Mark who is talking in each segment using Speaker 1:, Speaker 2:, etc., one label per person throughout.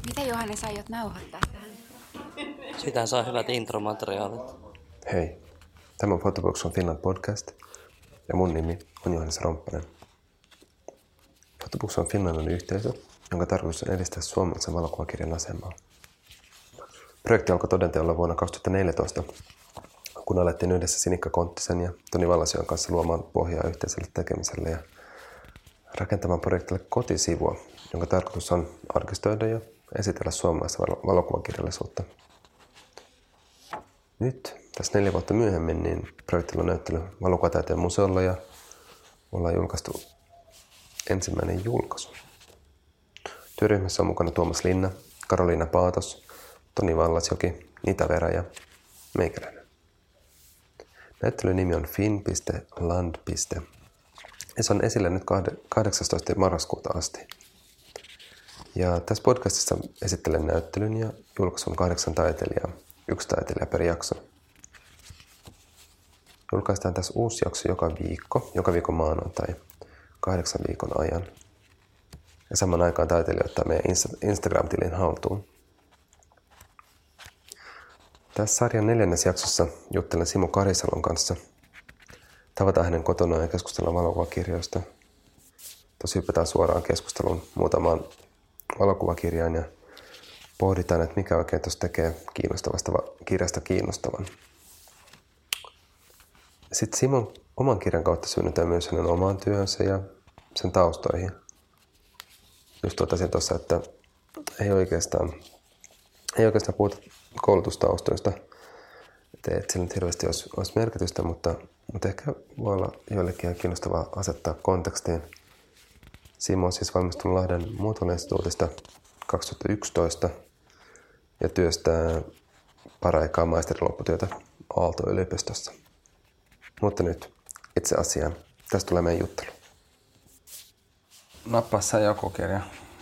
Speaker 1: Miten Johannes aiot nauhoittaa tähän?
Speaker 2: Siitä saa hyvät intromateriaalit.
Speaker 3: Hei, tämä on Photobooks on Finland podcast ja mun nimi on Johannes Romppanen. Photobooks on Finland on yhteisö, jonka tarkoitus on edistää suomalaisen valokuvakirjan asemaa. Projekti alkoi todenteolla vuonna 2014, kun alettiin yhdessä Sinikka Konttisen ja Toni Vallasion kanssa luomaan pohjaa yhteiselle tekemiselle ja rakentamaan projektille kotisivua, jonka tarkoitus on arkistoida ja esitellä suomalaista valokuvakirjallisuutta. Nyt, tässä 4 vuotta myöhemmin, niin projektilla on näyttely Valokuvataiteen museolla ja ollaan julkaistu ensimmäinen julkaisu. Työryhmässä on mukana Tuomas Linna, Karoliina Paatos, Toni Vallasjoki, Nita Verä ja meikäläinen. Näyttelyn nimi on fin.land. Ja se on esillä nyt 18. marraskuuta asti. Ja tässä podcastissa esittelen näyttelyn ja julkaisun 8 taiteilijaa, 1 taiteilija per jakso. Julkaistaan tässä uusi jakso joka viikon maanantai 8 viikon ajan. Ja saman aikaan taiteilija ottaa meidän Instagram-tilin haltuun. Tässä sarjan 4. jaksossa juttelen Simo Karisalon kanssa. Tavataan hänen kotonaan ja keskustellaan valokuvakirjoista. Tosi hypätään suoraan keskusteluun muutamaan valokuvakirjaan ja pohditaan, että mikä oikein tuossa tekee kiinnostavasta kirjasta kiinnostavan. Sitten Simon oman kirjan kautta synnytään myös hänen omaan työnsä ja sen taustoihin. Just totesin tuossa, että ei oikeastaan puhuta koulutustaustoista. Että sillä nyt hirveästi olisi merkitystä, mutta ehkä voi olla joillekin ihan kiinnostavaa asettaa kontekstiin. Simo on siis valmistunut Lahden muotoiluinstituutista 2011 ja työstää paraikaa maisterilopputyötä Aalto-yliopistossa. Mutta nyt itse asiaan. Tästä tulee meidän juttelu.
Speaker 4: Nappaa sä joku kirja.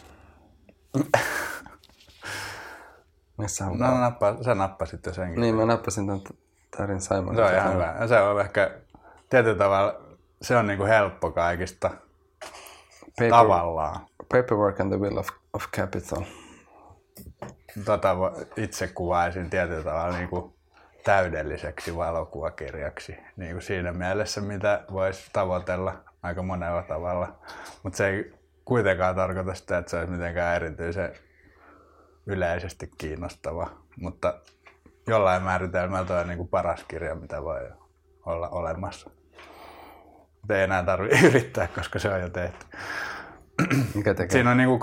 Speaker 4: Missä on?
Speaker 5: No sä nappasit jo senkin.
Speaker 4: Niin, mä nappasin tämän Tarin Simon.
Speaker 5: Se on ihan hyvä. Ja se on ehkä tietyllä tavalla, se on niinku helppo kaikista tavallaan.
Speaker 4: Paperwork and the Will of Capital.
Speaker 5: Itse kuvaisin tietyllä tavalla niinku täydelliseksi valokuvakirjaksi. Niinku siinä mielessä, mitä voisi tavoitella aika monella tavalla. Mutta se ei kuitenkaan tarkoita sitä, että se olisi mitenkään erityisen yleisesti kiinnostava. Mutta jollain määritelmällä toi on niinku paras kirja, mitä voi olla olemassa. Mutta ei enää tarvitse yrittää, koska se on jo tehty.
Speaker 4: Mikä tekee?
Speaker 5: Siinä on niinku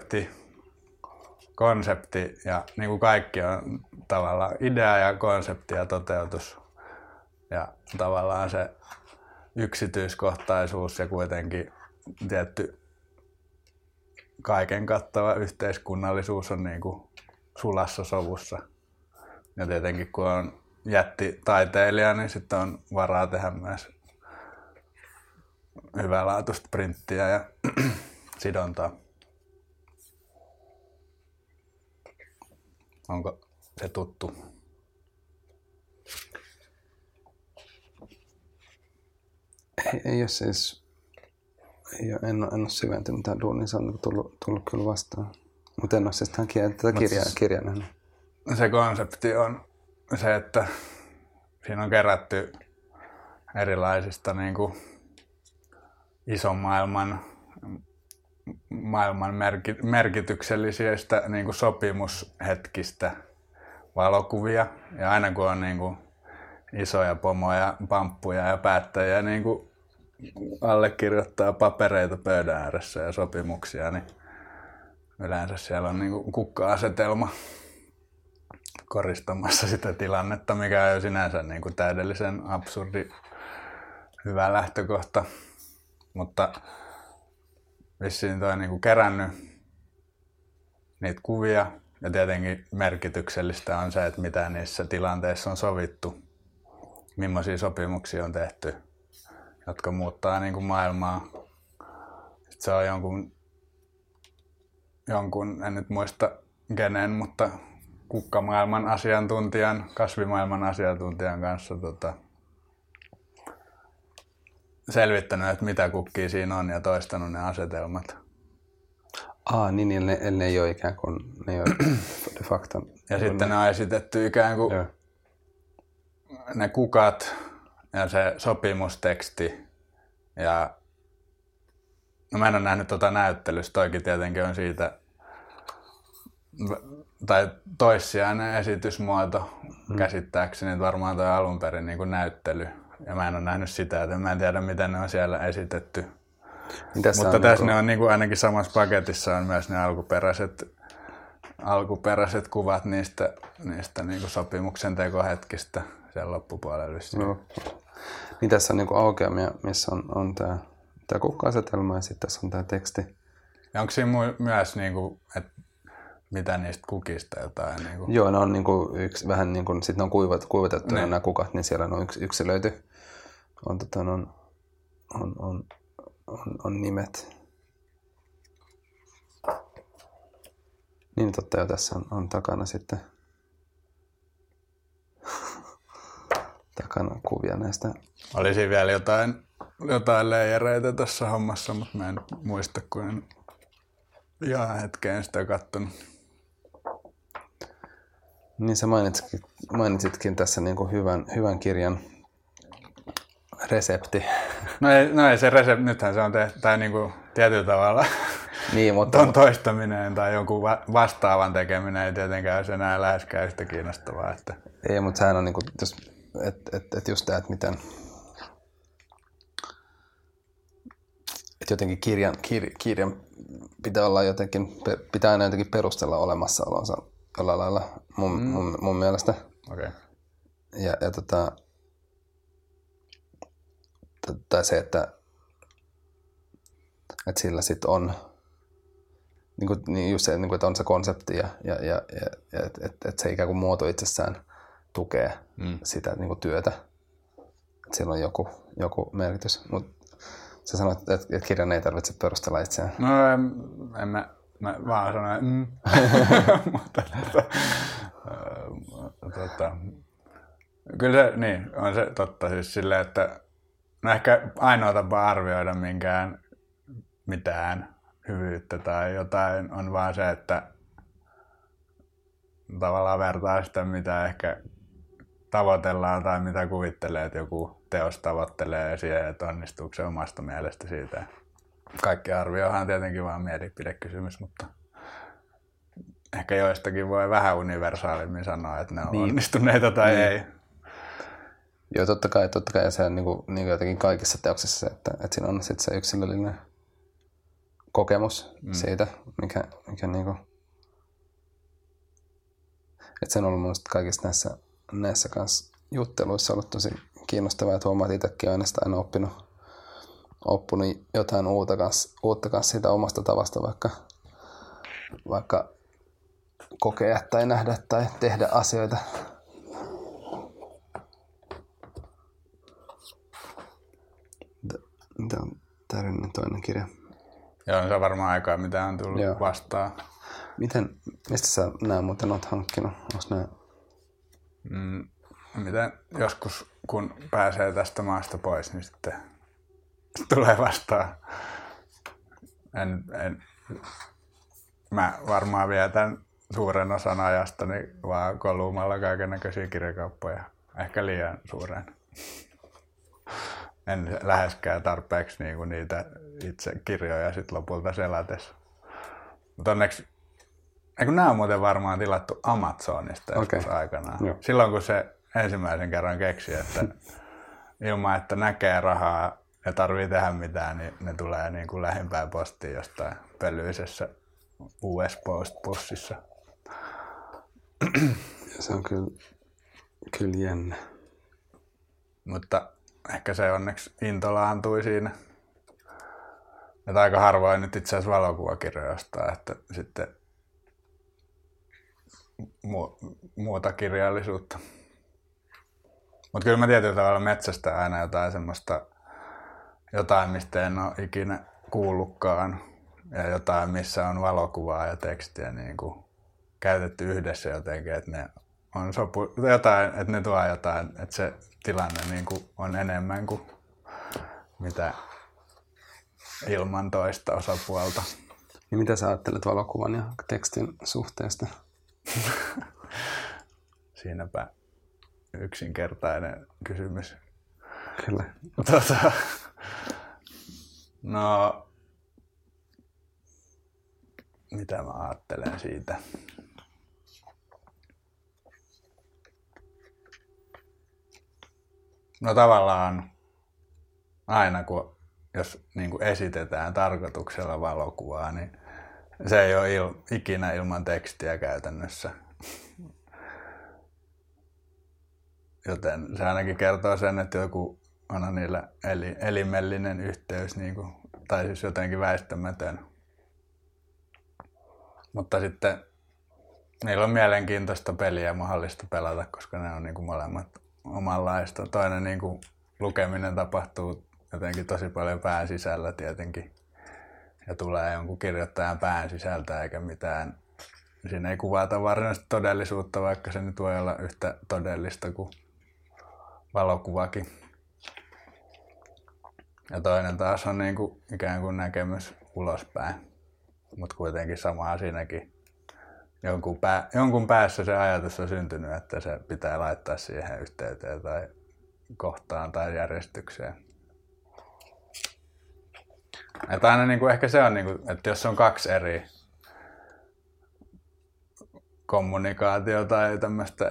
Speaker 5: konsepti ja niinku kaikki on tavallaan idea ja konsepti ja toteutus. Ja tavallaan se yksityiskohtaisuus ja kuitenkin tietty kaiken kattava yhteiskunnallisuus on niinku sulassa sovussa. Ja tietenkin kun on jättitaiteilija, niin sitten on varaa tehdä myös hyvälaatuista printtiä ja sidontaa. Onko se tuttu?
Speaker 4: Ei ole siis, en ole syventynyt tähän duuniin, se on tullut kyllä vastaan. Mutta en ole siis tätä kirjaa nähnyt.
Speaker 5: Se konsepti on se, että siinä on kerätty erilaisista niin kuin ison maailman merkityksellisistä niin kuin sopimushetkistä valokuvia. Ja aina kun on niin kuin isoja pomoja, pamppuja ja päättäjiä niin kuin allekirjoittaa papereita pöydän ääressä ja sopimuksia, niin yleensä siellä on niin kuin kukka-asetelma koristamassa sitä tilannetta, mikä on jo sinänsä niin kuin täydellisen absurdi hyvä lähtökohta. Mutta vissiin toi on niin kuin kerännyt niitä kuvia ja tietenkin merkityksellistä on se, että mitä niissä tilanteissa on sovittu, millaisia sopimuksia on tehty, jotka muuttaa niin kuin maailmaa. Sitten se on jonkun, en nyt muista kenen, mutta kukkamaailman asiantuntijan, kasvimaailman asiantuntijan kanssa selvittänyt, että mitä kukkia siinä on ja toistanut ne asetelmat.
Speaker 4: Niin ne ei ole ikään kuin, ne ei ole de facto.
Speaker 5: Ja sitten ne on esitetty ikään kuin ne kukat ja se sopimusteksti. Ja no mä en ole nähnyt näyttelystä, toikin tietenkin on siitä, tai toissijainen esitysmuoto käsittääkseni, että varmaan toi alun perin niin kuin näyttely. Ja mä en ole nähnyt sitä, että mä en tiedä miten ne on siellä esitetty. Mutta tässä ne on niin kuin ainakin samassa paketissa on myös ne alkuperäiset kuvat niistä niin kuin sopimuksen tekohetkistä siellä loppupuolella.
Speaker 4: No. Niin tässä on niin kuin aukeamia, missä on tämä kukka-asetelma ja sitten tässä on tämä teksti.
Speaker 5: Ja onko siinä myös, niin kuin, että mitä niistä kukista jotain? Niin kuin?
Speaker 4: Joo, ne on niin kuin vähän niin kuin, sit ne on kuivatettu nämä kukat, niin siellä on yksilöity. On nimet. Niin totta, ja tässä on takana sitten takana kuvia näistä.
Speaker 5: Oli siinä vielä jotain leijereitä tässä hommassa, mutta mä en muista, kun en ihan hetkeen sitä kattonut.
Speaker 4: Niin sä mainitsitkin tässä niin kuin hyvän kirjan resepti.
Speaker 5: No ei se resepti, nythän se on tai niin kuin tietyllä tavalla
Speaker 4: niin, mutta
Speaker 5: ton toistaminen tai jonkun vastaavan tekeminen ei tietenkään olisi enää läheskään yhtä kiinnostavaa. Että...
Speaker 4: Ei, mutta sehän on niin kuin, että just tämä, että miten että jotenkin kirjan pitää aina jotenkin perustella olemassaolonsa jollain lailla mun mielestä.
Speaker 5: Okay.
Speaker 4: Tai se, että sillä sit on niin just se, niin kuin, että on se konsepti ja että se ikään kuin muoto itsessään tukee sitä niin kuin työtä. Että sillä on joku merkitys. Mut sä sanoit, että kirjan ei tarvitse perustella itseään.
Speaker 5: No en mä vaan sanoin, mutta kyllä se, niin, on se totta siis silleen, että no ehkä ainoa tapa arvioida mitään hyvyyttä tai jotain on vaan se, että tavallaan vertaa sitä, mitä ehkä tavoitellaan tai mitä kuvittelee, että joku teos tavoittelee siihen, että onnistuuko se omasta mielestä siitä. Kaikki arviohan on tietenkin vaan mielipidekysymys, mutta ehkä joistakin voi vähän universaalimmin sanoa, että ne on onnistuneita tai ei.
Speaker 4: Joo, totta kai se on niin kuin jotenkin kaikissa teoksissa se, että siinä on sitten se yksilöllinen kokemus siitä, mikä niin kuin, että se on ollut minusta kaikissa näissä kanssa jutteluissa ollut tosi kiinnostavaa, että huomaat itsekin aina oppinut jotain uutta kanssa siitä omasta tavasta, vaikka kokea tai nähdä tai tehdä asioita. Tämä on täydellinen toinen kirja.
Speaker 5: Joo, se on varmaan aikaa, mitä on tullut vastaan.
Speaker 4: Mistä sä nämä muuten oot hankkinut?
Speaker 5: Miten joskus, kun pääsee tästä maasta pois, niin sitten tulee vastaan. Mä varmaan vietän suuren osan ajastani vaan kolumalla kaikennäköisiä kirjakauppoja. Ehkä liian suuren. En läheskään tarpeeksi niitä itse kirjoja sit lopulta selatessa. Mutta onneksi, nämä on muuten varmaan tilattu Amazonista joskus aikanaan. Joo. Silloin kun se ensimmäisen kerran keksi, että ilman että näkee rahaa ja tarvii tehdä mitään, niin ne tulee niin kuin lähimpään postiin jostain pölyisessä US Post-pussissa.
Speaker 4: Se on kyllä jännä.
Speaker 5: Mutta ehkä se onneksi into laantui siinä. Että aika harvoin nyt itse asiassa valokuvakirjoja ostaa, että sitten muuta kirjallisuutta. Mutta kyllä mä tietyllä tavalla metsästä aina jotain, mistä en ole ikinä kuullutkaan. Ja jotain, missä on valokuvaa ja tekstiä niin kuin käytetty yhdessä jotenkin, että ne on jotain, että ne tuo jotain, että se tilanne niin kuin on enemmän kuin mitä ilman toista osapuolta.
Speaker 4: Niin mitä sä ajattelet valokuvan ja tekstin suhteesta?
Speaker 5: Siinäpä yksinkertainen kysymys.
Speaker 4: Kyllä.
Speaker 5: No, mitä mä ajattelen siitä? No tavallaan aina jos niin kuin esitetään tarkoituksella valokuvaa, niin se ei ole ikinä ilman tekstiä käytännössä. Joten se ainakin kertoo sen, että joku on niillä elimellinen yhteys, niin kuin, tai siis jotenkin väistämätön. Mutta sitten niillä on mielenkiintoista peliä mahdollista pelata, koska ne on niin kuin molemmat omanlaista. Toinen niin kuin lukeminen tapahtuu jotenkin tosi paljon pään sisällä tietenkin. Ja tulee jonkun kirjoittajan pään sisältä eikä mitään. Siinä ei kuvata varsinaisesti todellisuutta, vaikka se nyt voi olla yhtä todellista kuin valokuvakin. Ja toinen taas on niin kuin ikään kuin näkemys ulospäin. Mutta kuitenkin samaa siinäkin. Jonkun päässä se ajatus on syntynyt, että se pitää laittaa siihen yhteyteen tai kohtaan tai järjestykseen. Että aina niin kuin, ehkä se on, niin kuin, että jos on kaksi eri kommunikaatio tai tämmöistä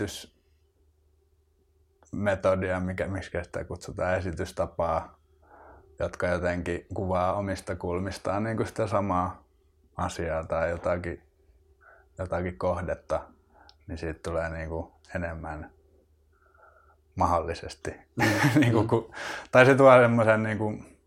Speaker 5: esitysmetodia, miksi sitä kutsutaan esitystapaa, jotka jotenkin kuvaa omista kulmistaan niin kuin sitä samaa asiaa tai jotakin kohdetta, niin siitä tulee niin kuin enemmän mahdollisesti. niin kuin, tai se tuo semmoisen niin kuin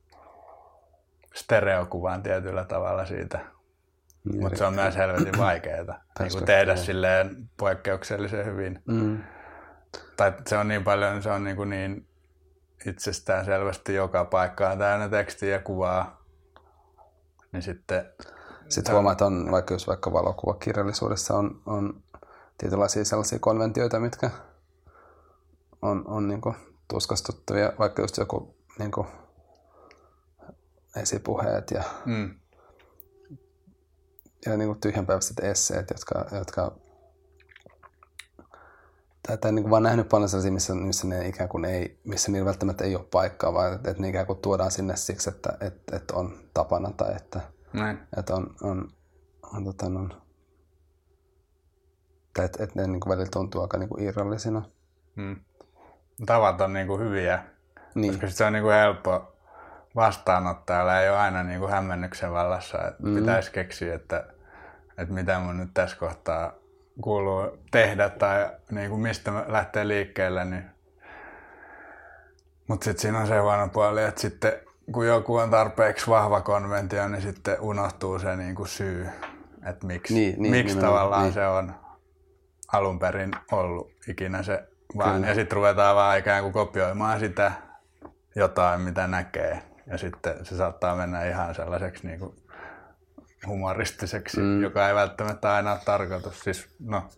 Speaker 5: stereokuvan tietyllä tavalla siitä. Mutta se on myös helvetin vaikeaa niin tehdä silleen poikkeuksellisen hyvin. Tai se on niin paljon, se on niin itsestään selvästi joka paikkaan täynnä tekstiä ja kuvaa. Niin sitten
Speaker 4: huomaat, on, vaikka valokuvakirjallisuudessa on tietynlaisia sellaisia konventioita, mitkä on niin kuin tuskastuttavia, vaikka just joku niin kuin esipuheet ja niin kuin tyhjänpäiväiset esseet, jotka tai niin kuin vaan nähnyt paljon sellaisia, missä ne ikään kuin missä niillä välttämättä ei ole paikkaa, vaan että ne ikään kuin tuodaan sinne siksi, että on tapana tai että että ne niin kuin välillä tuntuu aika niin kuin irrallisina.
Speaker 5: Tavat on niin kuin hyviä, koska se on niin kuin helppo vastaanottajalla. Ei ole aina niin kuin hämmennyksen vallassa, että pitäisi keksiä, että mitä mun nyt tässä kohtaa kuuluu tehdä tai niin kuin mistä lähtee liikkeelle. Niin. Mutta sitten siinä on se huono puoli, että sitten kun joku on tarpeeksi vahva konventio, niin sitten unohtuu se niin kuin syy, että miksi tavallaan se on alun perin ollut ikinä se vaan. Kyllä. Ja sitten ruvetaan vaan ikään kuin kopioimaan sitä jotain, mitä näkee. Ja sitten se saattaa mennä ihan sellaiseksi niin kuin humoristiseksi, joka ei välttämättä aina ole tarkoitus. Siis,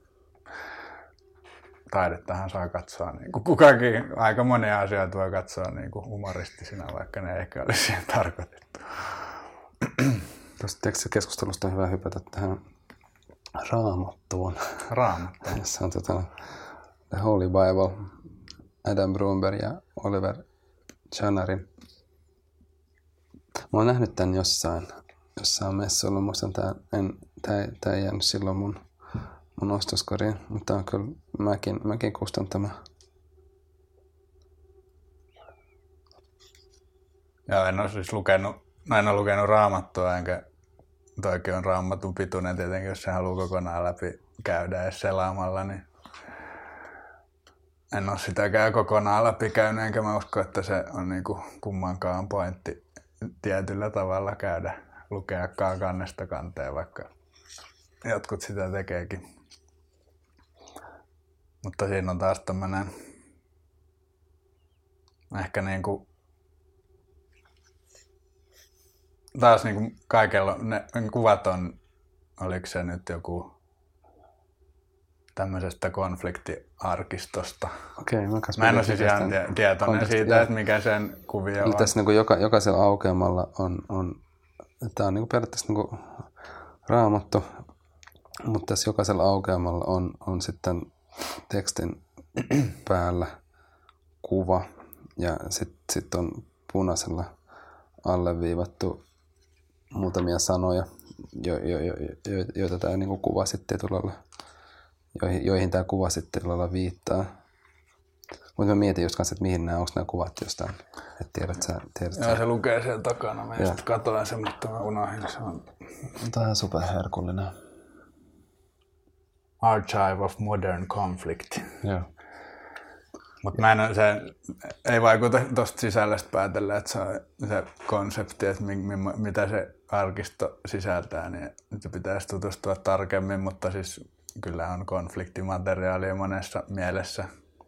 Speaker 5: taidettahan saa katsoa, niin kuin kukakin, aika monia asioita voi katsoa niin kuin humoristisina, vaikka ne ei ehkä olisi siihen tarkoitettu.
Speaker 4: Tuosta tekstikeskustelusta on hyvä hypätä tähän Raamattuun. Jossa on The Holy Bible, Adam Bromberg ja Oliver Chanarin. Mä oon nähnyt tämän jossain messuilla. Muistan, tää ei jäänyt silloin mun ostoskoriin, mutta on kyllä mäkin kustan tämä.
Speaker 5: Joo, en ole siis lukenut Raamattua, enkä toikin on Raamatun pituinen tietenkin, jos se haluaa kokonaan läpi käydä ja selaamalla, niin en ole sitäkään kokonaan läpi käynyt, enkä mä usko, että se on niinku kummankaan pointti tietyllä tavalla lukeakaan kannesta kanteen, vaikka jotkut sitä tekeekin. Mutta siinä on taas tämmönen ehkä niinku taas niinku kaikella ne kuvat on, oliko se nyt joku tämmöisestä konfliktiarkistosta.
Speaker 4: Okei,
Speaker 5: mä en ole siis ihan tietoinen siitä, että mikä sen kuvio on.
Speaker 4: Tässä niin jokaisella aukeamalla on Tämä on niin kuin periaatteessa niin kuin Raamattu, mutta tässä jokaisella aukeamalla on sitten tekstin päällä kuva ja sitten on punaisella alleviivattu muutamia sanoja, joita tämä niin kuin kuva sitten joihin tämä kuva sitten viittaa. Mutta mä mietin just kanssa, että mihin nämä, onko nämä kuvat jostain. Et tiedät sä.
Speaker 5: Joo, se lukee siellä takana. Mä just katoin sen, mutta mä unohdin. Se on
Speaker 4: tämä on superherkullinen.
Speaker 5: Archive of Modern Conflict.
Speaker 4: Joo.
Speaker 5: Mutta se ei vaikuta tuosta sisällöstä päätellä, että se on se konsepti, että mitä se arkisto sisältää, niin se pitäisi tutustua tarkemmin, mutta siis kyllä on konfliktimateriaalia monessa mielessä.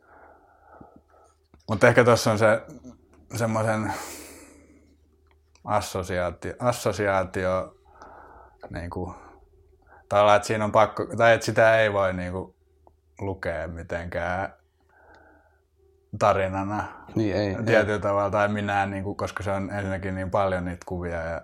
Speaker 5: Mutta ehkä tuossa on se semmoisen assosiaatio niinku, tavallaan, että siinä on pakko, tai että sitä ei voi niinku lukea mitenkään tarinana
Speaker 4: Niin,
Speaker 5: tietyllä tavalla, tai minä, niinku, koska se on ensinnäkin niin paljon niitä kuvia.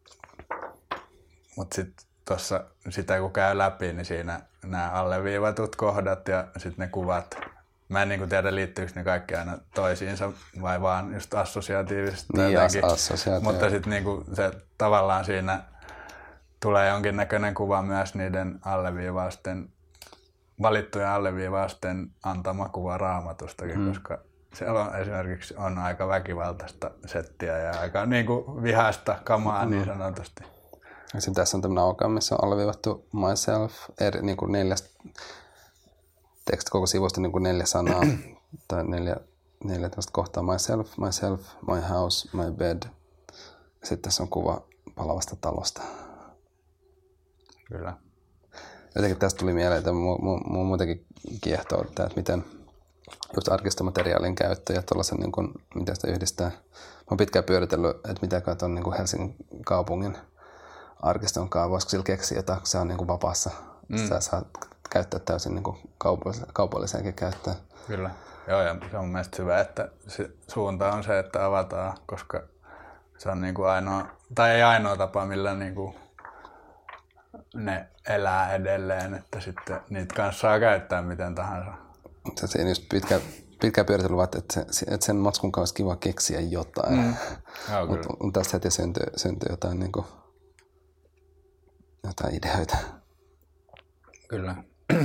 Speaker 5: Mutta sitten tuossa sitä kun käy läpi, niin siinä nämä alleviivatut kohdat ja sitten ne kuvat. Mä en niinku tiedä, liittyykö ne kaikki aina toisiinsa vai vaan just assosiaatiivisesti.
Speaker 4: Niin, assosiaatio.
Speaker 5: Mutta sitten niinku se tavallaan siinä tulee jonkinnäköinen kuva myös niiden alleviivausten, valittujen alleviivausten antama kuva Raamatustakin, koska siellä on esimerkiksi aika väkivaltaista settiä ja aika niinku vihasta kamaa niin sanotusti.
Speaker 4: Sitten tässä on tämmöinen aukeama, missä on alleviivattu myself, niinku 4 teksti koko sivusta niin kuin 4 sanaa tai 4 tällaista kohtaa. Myself, my house, my bed. Sitten tässä on kuva palavasta talosta.
Speaker 5: Kyllä.
Speaker 4: Jotenkin tästä tuli mieleen, että mua muutenkin kiehtoo, että miten just arkistomateriaalin käyttö ja tuollaisen, niin kuin, miten sitä yhdistää. Mä oon pitkään pyöritellyt, että mitä on niin kuin Helsingin kaupungin arkiston kanssa. Voisiko sillä keksiä jotain, kun se on niin kuin vapaassa. Sä saat käyttää täysin niin kuin kaupalliseenkin käyttöön.
Speaker 5: Kyllä. Joo, ja se on mun mielestä hyvä, että se suunta on se, että avataan, koska se on niin kuin ainoa, tai ei ainoa tapa, millä niin kuin ne elää edelleen, että sitten niitä kanssa saa käyttää miten tahansa.
Speaker 4: Siinä just pitkään pyöritellyt, että sen matskun kanssa olisi kiva keksiä jotain. Mutta tästä heti syntyy jotain, niin kuin, jotain ideoita.
Speaker 5: Kyllä.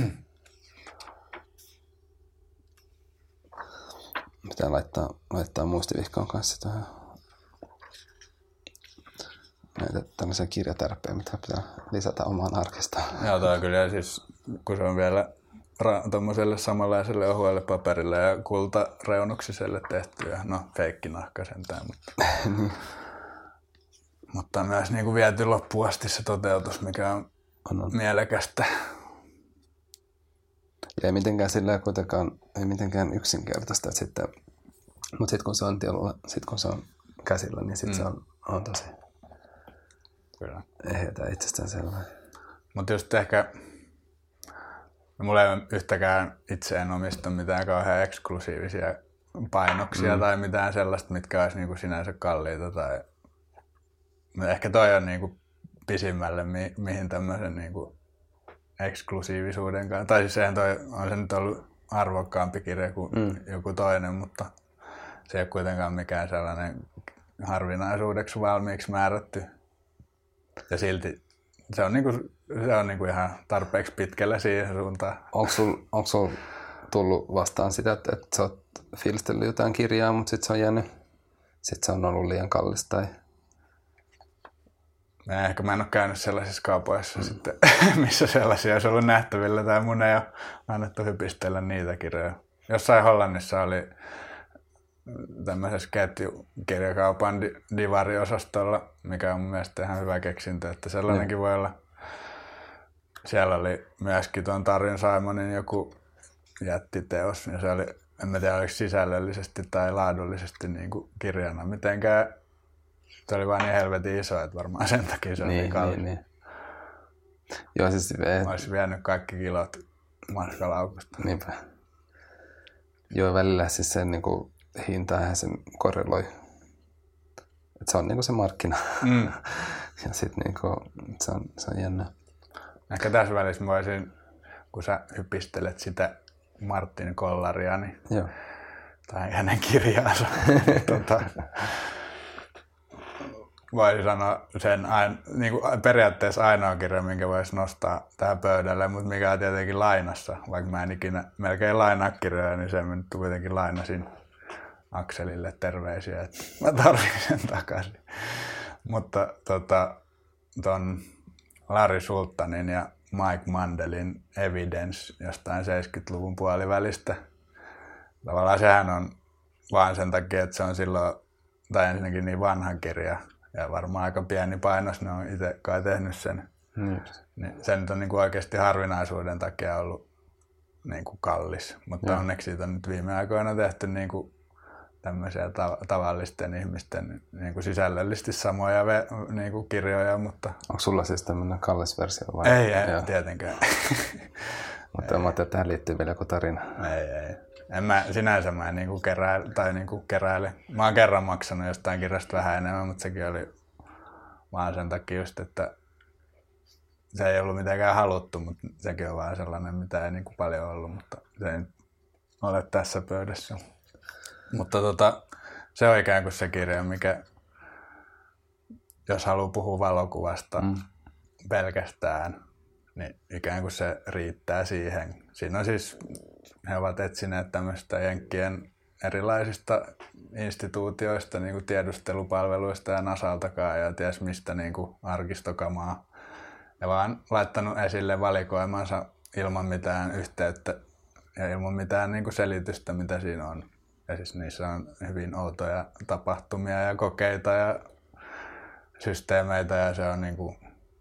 Speaker 4: Pitää laittaa muistivihkoon kanssa tähän näitä tällaisia kirjatärppejä, mitä pitää lisätä omaan arkistoon.
Speaker 5: Joo, toi kyllä. Ja siis, kun se on vielä tuommoiselle samanlaiselle ohuelle paperille ja kultareunuksiselle tehty. Ja no, feikkinahka sentään, mutta myös niin kuin viety loppuun asti se toteutus, mikä on mielekästä.
Speaker 4: Ja ei mitenkään sillä kuitenkaan, ei mitenkään yksinkertaista, mutta sitten kun se on tiedolla, sitten kun se on käsillä, niin sitten se on tosi
Speaker 5: kyllä
Speaker 4: ehjätä itsestäänselvää.
Speaker 5: Mutta just ehkä, mulla ei ole yhtäkään itse en omista mitään kauhean eksklusiivisia painoksia tai mitään sellaista, mitkä olisi niinku sinänsä kalliita. Tai ehkä toi on niinku pisimmälle, mihin tämmöisen niinku eksklusiivisuuden kanssa. Tai siis eihän toi on se nyt ollut arvokkaampi kirja kuin joku toinen, mutta se ei ole kuitenkaan mikään sellainen harvinaisuudeksi valmiiksi määrätty. Ja silti se on niinku ihan tarpeeksi pitkällä siihen suuntaan.
Speaker 4: Onko sul tullut vastaan sitä, että sä oot fiilistellyt jotain kirjaa, mutta sitten se on jäänyt, sitten se on ollut liian kallis tai...
Speaker 5: Ehkä mä en ole käynyt sellaisissa kaupoissa sitten, missä sellaisia olisi ollut nähtävillä, tai mun ei ole annettu hypistellä niitä kirjoja. Jossain Hollannissa oli tämmöisessä ketjukirjakaupan divariosastolla, mikä on mun mielestä ihan hyvä keksintö, että sellainenkin voi olla. Siellä oli myöskin tuon Tarjan Simonin joku jättiteos, ja se oli, en tiedä oliko sisällöllisesti tai laadullisesti niin kuin kirjana mitenkään. Se oli vaan niin helvetin iso, että varmaan sen takia se on niin kallis. Niin.
Speaker 4: Joo, siis...
Speaker 5: Mä olisin vienyt kaikki kilot matkalaukusta.
Speaker 4: Niinpä. Joo, välillä siis sen niin kuin, hinta eihän sen korreloi. Että se on niin kuin se markkina. Ja sitten niinku, se on jännä.
Speaker 5: Ehkä tässä välissä voisin, kun sä hypistelet sitä Martin Kollaria, niin,
Speaker 4: Joo.
Speaker 5: tai hänen kirjaansa, voisi sanoa sen niin kuin periaatteessa ainoa kirja, minkä voisi nostaa tähän pöydälle, mutta mikä on tietenkin lainassa. Vaikka mä en ikinä melkein lainaa kirjoja, niin sen mä nyt kuitenkin lainasin Akselille terveisiä, että mä tarvitsen sen takaisin. Mutta ton Larry Sultanin ja Mike Mandelin Evidence jostain 70-luvun puolivälistä. Tavallaan sehän on vaan sen takia, että se on silloin, tai ensinnäkin niin vanha kirja, ja varmaan aika pieni painos, ne on itse kai tehnyt sen. Niin se nyt on niin kuin oikeasti harvinaisuuden takia ollut niin kuin kallis, mutta onneksi siitä on nyt viime aikoina tehty niin kuin tämmöisiä tavallisten ihmisten niin kuin sisällöllisesti samoja niin kuin kirjoja, mutta...
Speaker 4: Onko sulla siis tämmöinen kallis versio vai?
Speaker 5: Ei tietenkään.
Speaker 4: Mutta mä ajattelin, että tähän liittyy vielä joku tarina.
Speaker 5: Ei. Sinänsä mä en niinku keräile. Mä oon kerran maksanut jostain kirjasta vähän enemmän, mutta sekin oli vaan sen takia just, että se ei ollut mitenkään haluttu, mutta sekin on vaan sellainen, mitä ei niinku paljon ollut, mutta se ei ole tässä pöydässä. Mutta se on ikään kuin se kirja, mikä, jos haluaa puhua valokuvasta pelkästään, niin ikään kuin se riittää siihen. Siinä on siis, he ovat etsineet tämmöistä jenkkien erilaisista instituutioista, niin kuin tiedustelupalveluista ja NASAltakaan ja ties mistä niin kuin arkistokamaa. Ja vaan laittanut esille valikoimansa ilman mitään yhteyttä ja ilman mitään niin kuin selitystä, mitä siinä on. Ja siis niissä on hyvin outoja tapahtumia ja kokeita ja systeemeitä ja se on niin kuin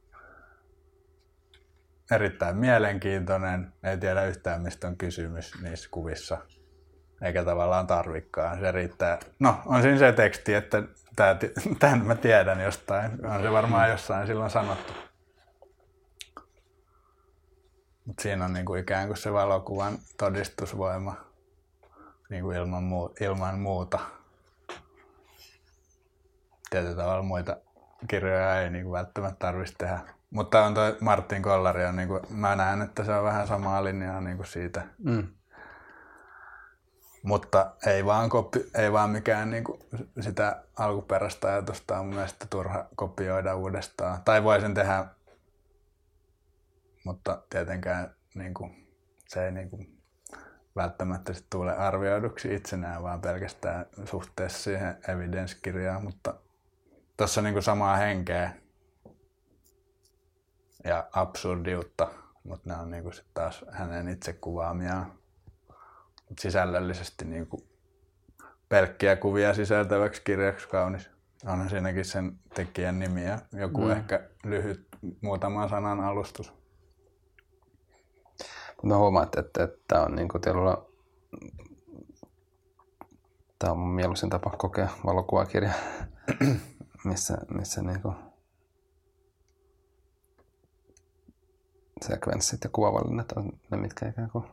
Speaker 5: erittäin mielenkiintoinen, ei tiedä yhtään mistä on kysymys niissä kuvissa, eikä tavallaan tarvikaan. Se riittää. No, on siinä se teksti, että tämän mä tiedän jostain. On se varmaan jossain silloin sanottu. Mut siinä on niinku ikään kuin se valokuvan todistusvoima niinku ilman muuta. Tietyllä tavalla muita kirjoja ei niinku välttämättä tarvitsisi tehdä. Mutta on toi Martin Kollari, on niinku, mä näen, että se on vähän samaa linjaa niinku siitä. Mutta ei vaan mikään niinku sitä alkuperäistä ajatusta on mun mielestä turha kopioida uudestaan. Tai voisin tehdä, mutta tietenkään niinku, se ei niinku välttämättä sit tule arvioiduksi itsenään, vaan pelkästään suhteessa siihen Evidence-kirjaan. Mutta tuossa on niinku samaa henkeä ja absurdiutta, mutta ne on niinku sit taas hänen itse kuvaamiaan sisällöllisesti niinku pelkkiä kuvia sisältäväksi kirjaksi kaunis. Onhan siinäkin sen tekijän nimi ja joku ehkä lyhyt muutaman sanan alustus.
Speaker 4: Mä huomaan, että tää on niinku tietyllä, tää on mun mieluisin tapa kokea valokuvakirja, missä niinku sekvenssit ja kuvavalinnat on ne, mitkä ikään kuin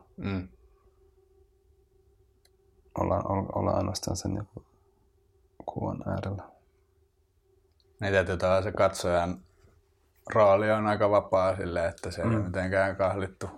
Speaker 4: ollaan ainoastaan sen joku kuvan äärellä.
Speaker 5: Niin tietyllä tavalla se katsojan rooli on aika vapaa silleen, että se ei ole mitenkään kahlittu.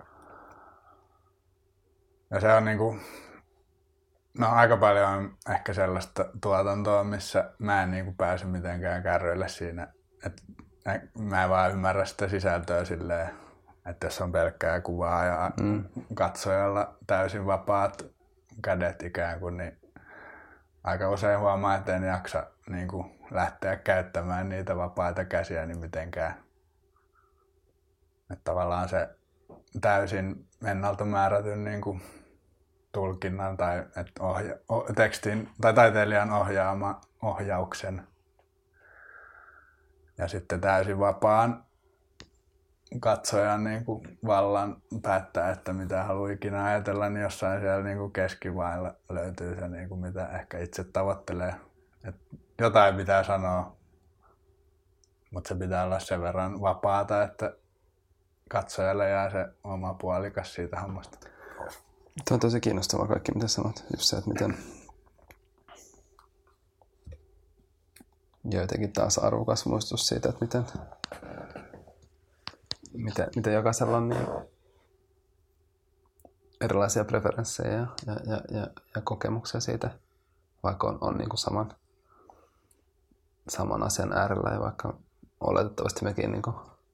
Speaker 5: Ja se on niinku, no aika paljon on ehkä sellaista tuotantoa, missä mä en niinku pääse mitenkään kärryille siinä, että mä en vaan ymmärrä sitä sisältöä silleen, että jos on pelkkää kuvaa ja katsojalla täysin vapaat kädet ikään kuin, niin aika usein huomaa, että en jaksa niin kuin lähteä käyttämään niitä vapaita käsiä niin mitenkään. Että tavallaan se täysin ennalta määrätyn niin kuin tulkinnan tai tekstin tai taiteilijan ohjaama ohjauksen ja sitten täysin vapaan katsojan niin kuin vallan päättää, että mitä haluaa ikinä ajatella, niin jossain siellä niin kuin keskivailla löytyy se, niin kuin mitä ehkä itse tavoittelee. Et jotain pitää sanoa, mutta se pitää olla sen verran vapaata, että katsojalle jää se oma puolikas siitä hommasta.
Speaker 4: Tuo on tosi kiinnostavaa kaikki, mitä sanot. Just se, että jotenkin taas arvokas muistutus siitä, että miten jokaisella on niin erilaisia preferenssejä ja kokemuksia siitä, vaikka on niin kuin saman asian äärellä ja vaikka oletettavasti mekin niin kuin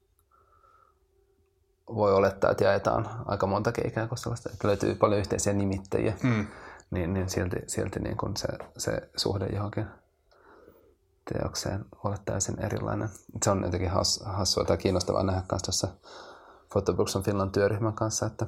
Speaker 4: voi olettaa, että jaetaan aika montakin ikään kuin sellaista, että löytyy paljon yhteisiä nimittäjiä, niin silti niin kuin se suhde johonkin teokseen voi olla täysin erilainen. Se on jotenkin hassua tai kiinnostavaa nähdä myös tuossa Photobooks on Finland -työryhmän kanssa, että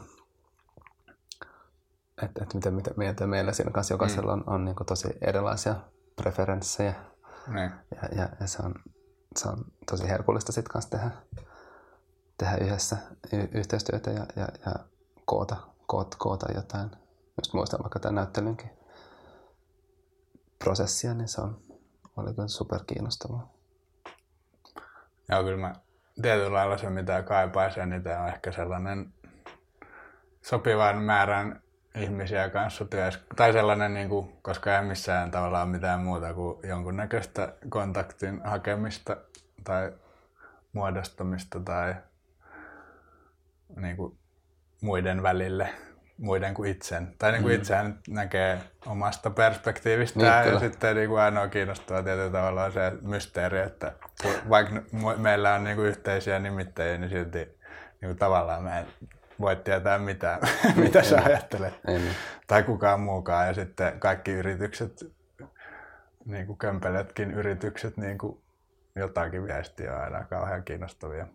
Speaker 4: miten meillä siinä kanssa jokaisella on niin kuin tosi erilaisia preferenssejä. Ja se on tosi herkullista sitten kanssa tehdä yhdessä yhteistyötä ja koota jotain. Just muistan vaikka tämän näyttelynkin prosessia, niin oli kyllä super kiinnostavaa.
Speaker 5: Joo, kyllä mä tietyllä lailla se mitä kaipaisin eniten on ehkä sellainen sopivan määrän ihmisiä kanssa tai sellainen, niin kuin, koska ei missään tavallaan mitään muuta kuin jonkunnäköistä kontaktin hakemista tai muodostamista tai niin kuin muiden välille, muiden kuin itsen. Tai niin kuin itsehän näkee omasta perspektiivistään niin, ja sitten niin kuin ainoa kiinnostavaa tietyllä tavalla on se mysteeri, että vaikka meillä on niin kuin yhteisiä nimittäjiä, niin silti niin kuin tavallaan mä en voi tietää mitään, mitä sä ajattelet. Tai kukaan muukaan. Ja sitten kaikki yritykset, niin kuin kömpeletkin yritykset, niin kuin jotakin viestiä on aina kauhean kiinnostavia.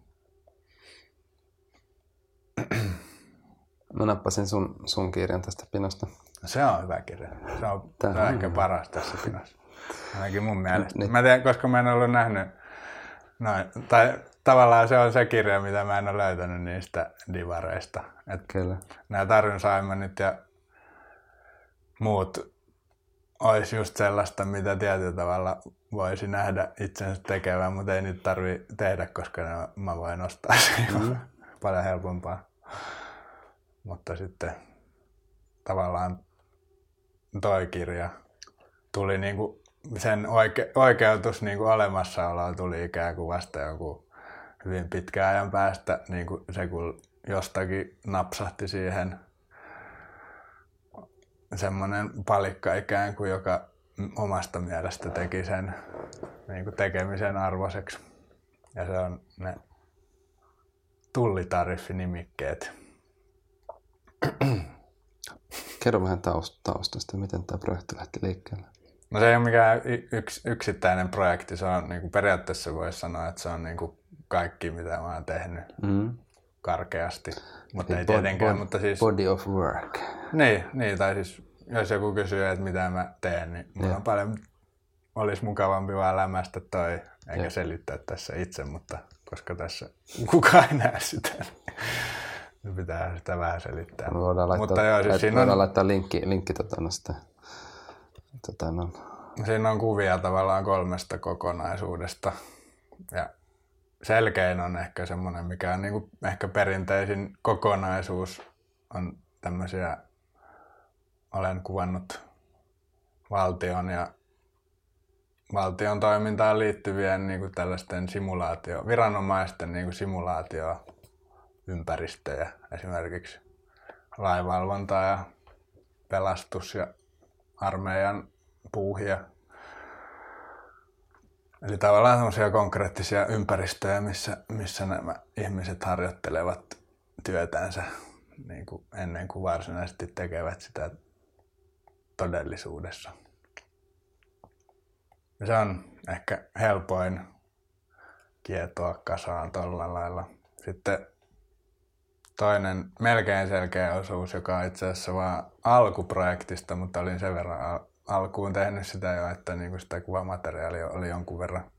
Speaker 4: Mä nappasin sun kirjan tästä pinosta.
Speaker 5: Se on hyvä kirja. Se on ehkä paras tässä pinossa. Ainakin mun mielestä. Mä tiedän, koska mä en ollut nähnyt noin. Tai tavallaan se on se kirja, mitä mä en ole löytänyt niistä divareista.
Speaker 4: Kyllä.
Speaker 5: Nämä Taryn Simonit ja muut olisi just sellaista, mitä tietyllä tavalla voisi nähdä itsensä tekevän, mutta ei niitä tarvitse tehdä, koska mä voin ostaa sen paljon helpompaa. Mutta sitten tavallaan toi kirja tuli niinku, sen oikeutus niinku olemassaoloa tuli ikään kuin vasta joku hyvin pitkän ajan päästä. Niinku se kun jostakin napsahti siihen semmoinen palikka ikään kuin, joka omasta mielestä teki sen niinku tekemisen arvoiseksi. Ja se on ne tullitariffinimikkeet.
Speaker 4: Kerro vähän taustasta, miten tämä projekti lähti liikkeelle.
Speaker 5: No se ei ole mikään yksittäinen projekti, se on niin kuin periaatteessa voisi sanoa, että se on niin kuin kaikki mitä mä oon tehnyt karkeasti, mutta ei tietenkään, mutta siis
Speaker 4: body of work.
Speaker 5: Niin, tai siis jos joku kysyy, että mitä mä teen, niin mulla on paljon, olisi mukavampi vaan lämästä toi, eikä selittää tässä itse, mutta koska tässä kukaan ei näe sitä. Niin pitää sitä vähän selittää.
Speaker 4: Me voidaan laittaa linkki
Speaker 5: Siinä on kuvia tavallaan 3 kokonaisuudesta. Ja selkein on ehkä semmoinen, mikä on niinku ehkä perinteisin kokonaisuus, on tämmöisiä, olen kuvannut valtion toimintaan liittyvien niinku tällaisten viranomaisten niinku simulaatioympäristöjä, esimerkiksi lainvalvontaa ja pelastus ja armeijan puuhia. Eli tavallaan semmoisia konkreettisia ympäristöjä, missä nämä ihmiset harjoittelevat työtänsä niin kuin ennen kuin varsinaisesti tekevät sitä todellisuudessa. Ja se on ehkä helpoin kietoa kasaan tolla lailla. Sitten toinen melkein selkeä osuus, joka on itse asiassa vaan alkuprojektista, mutta olin sen verran alkuun tehnyt sitä jo, että niinku sitä kuvamateriaalia oli jonkun verran.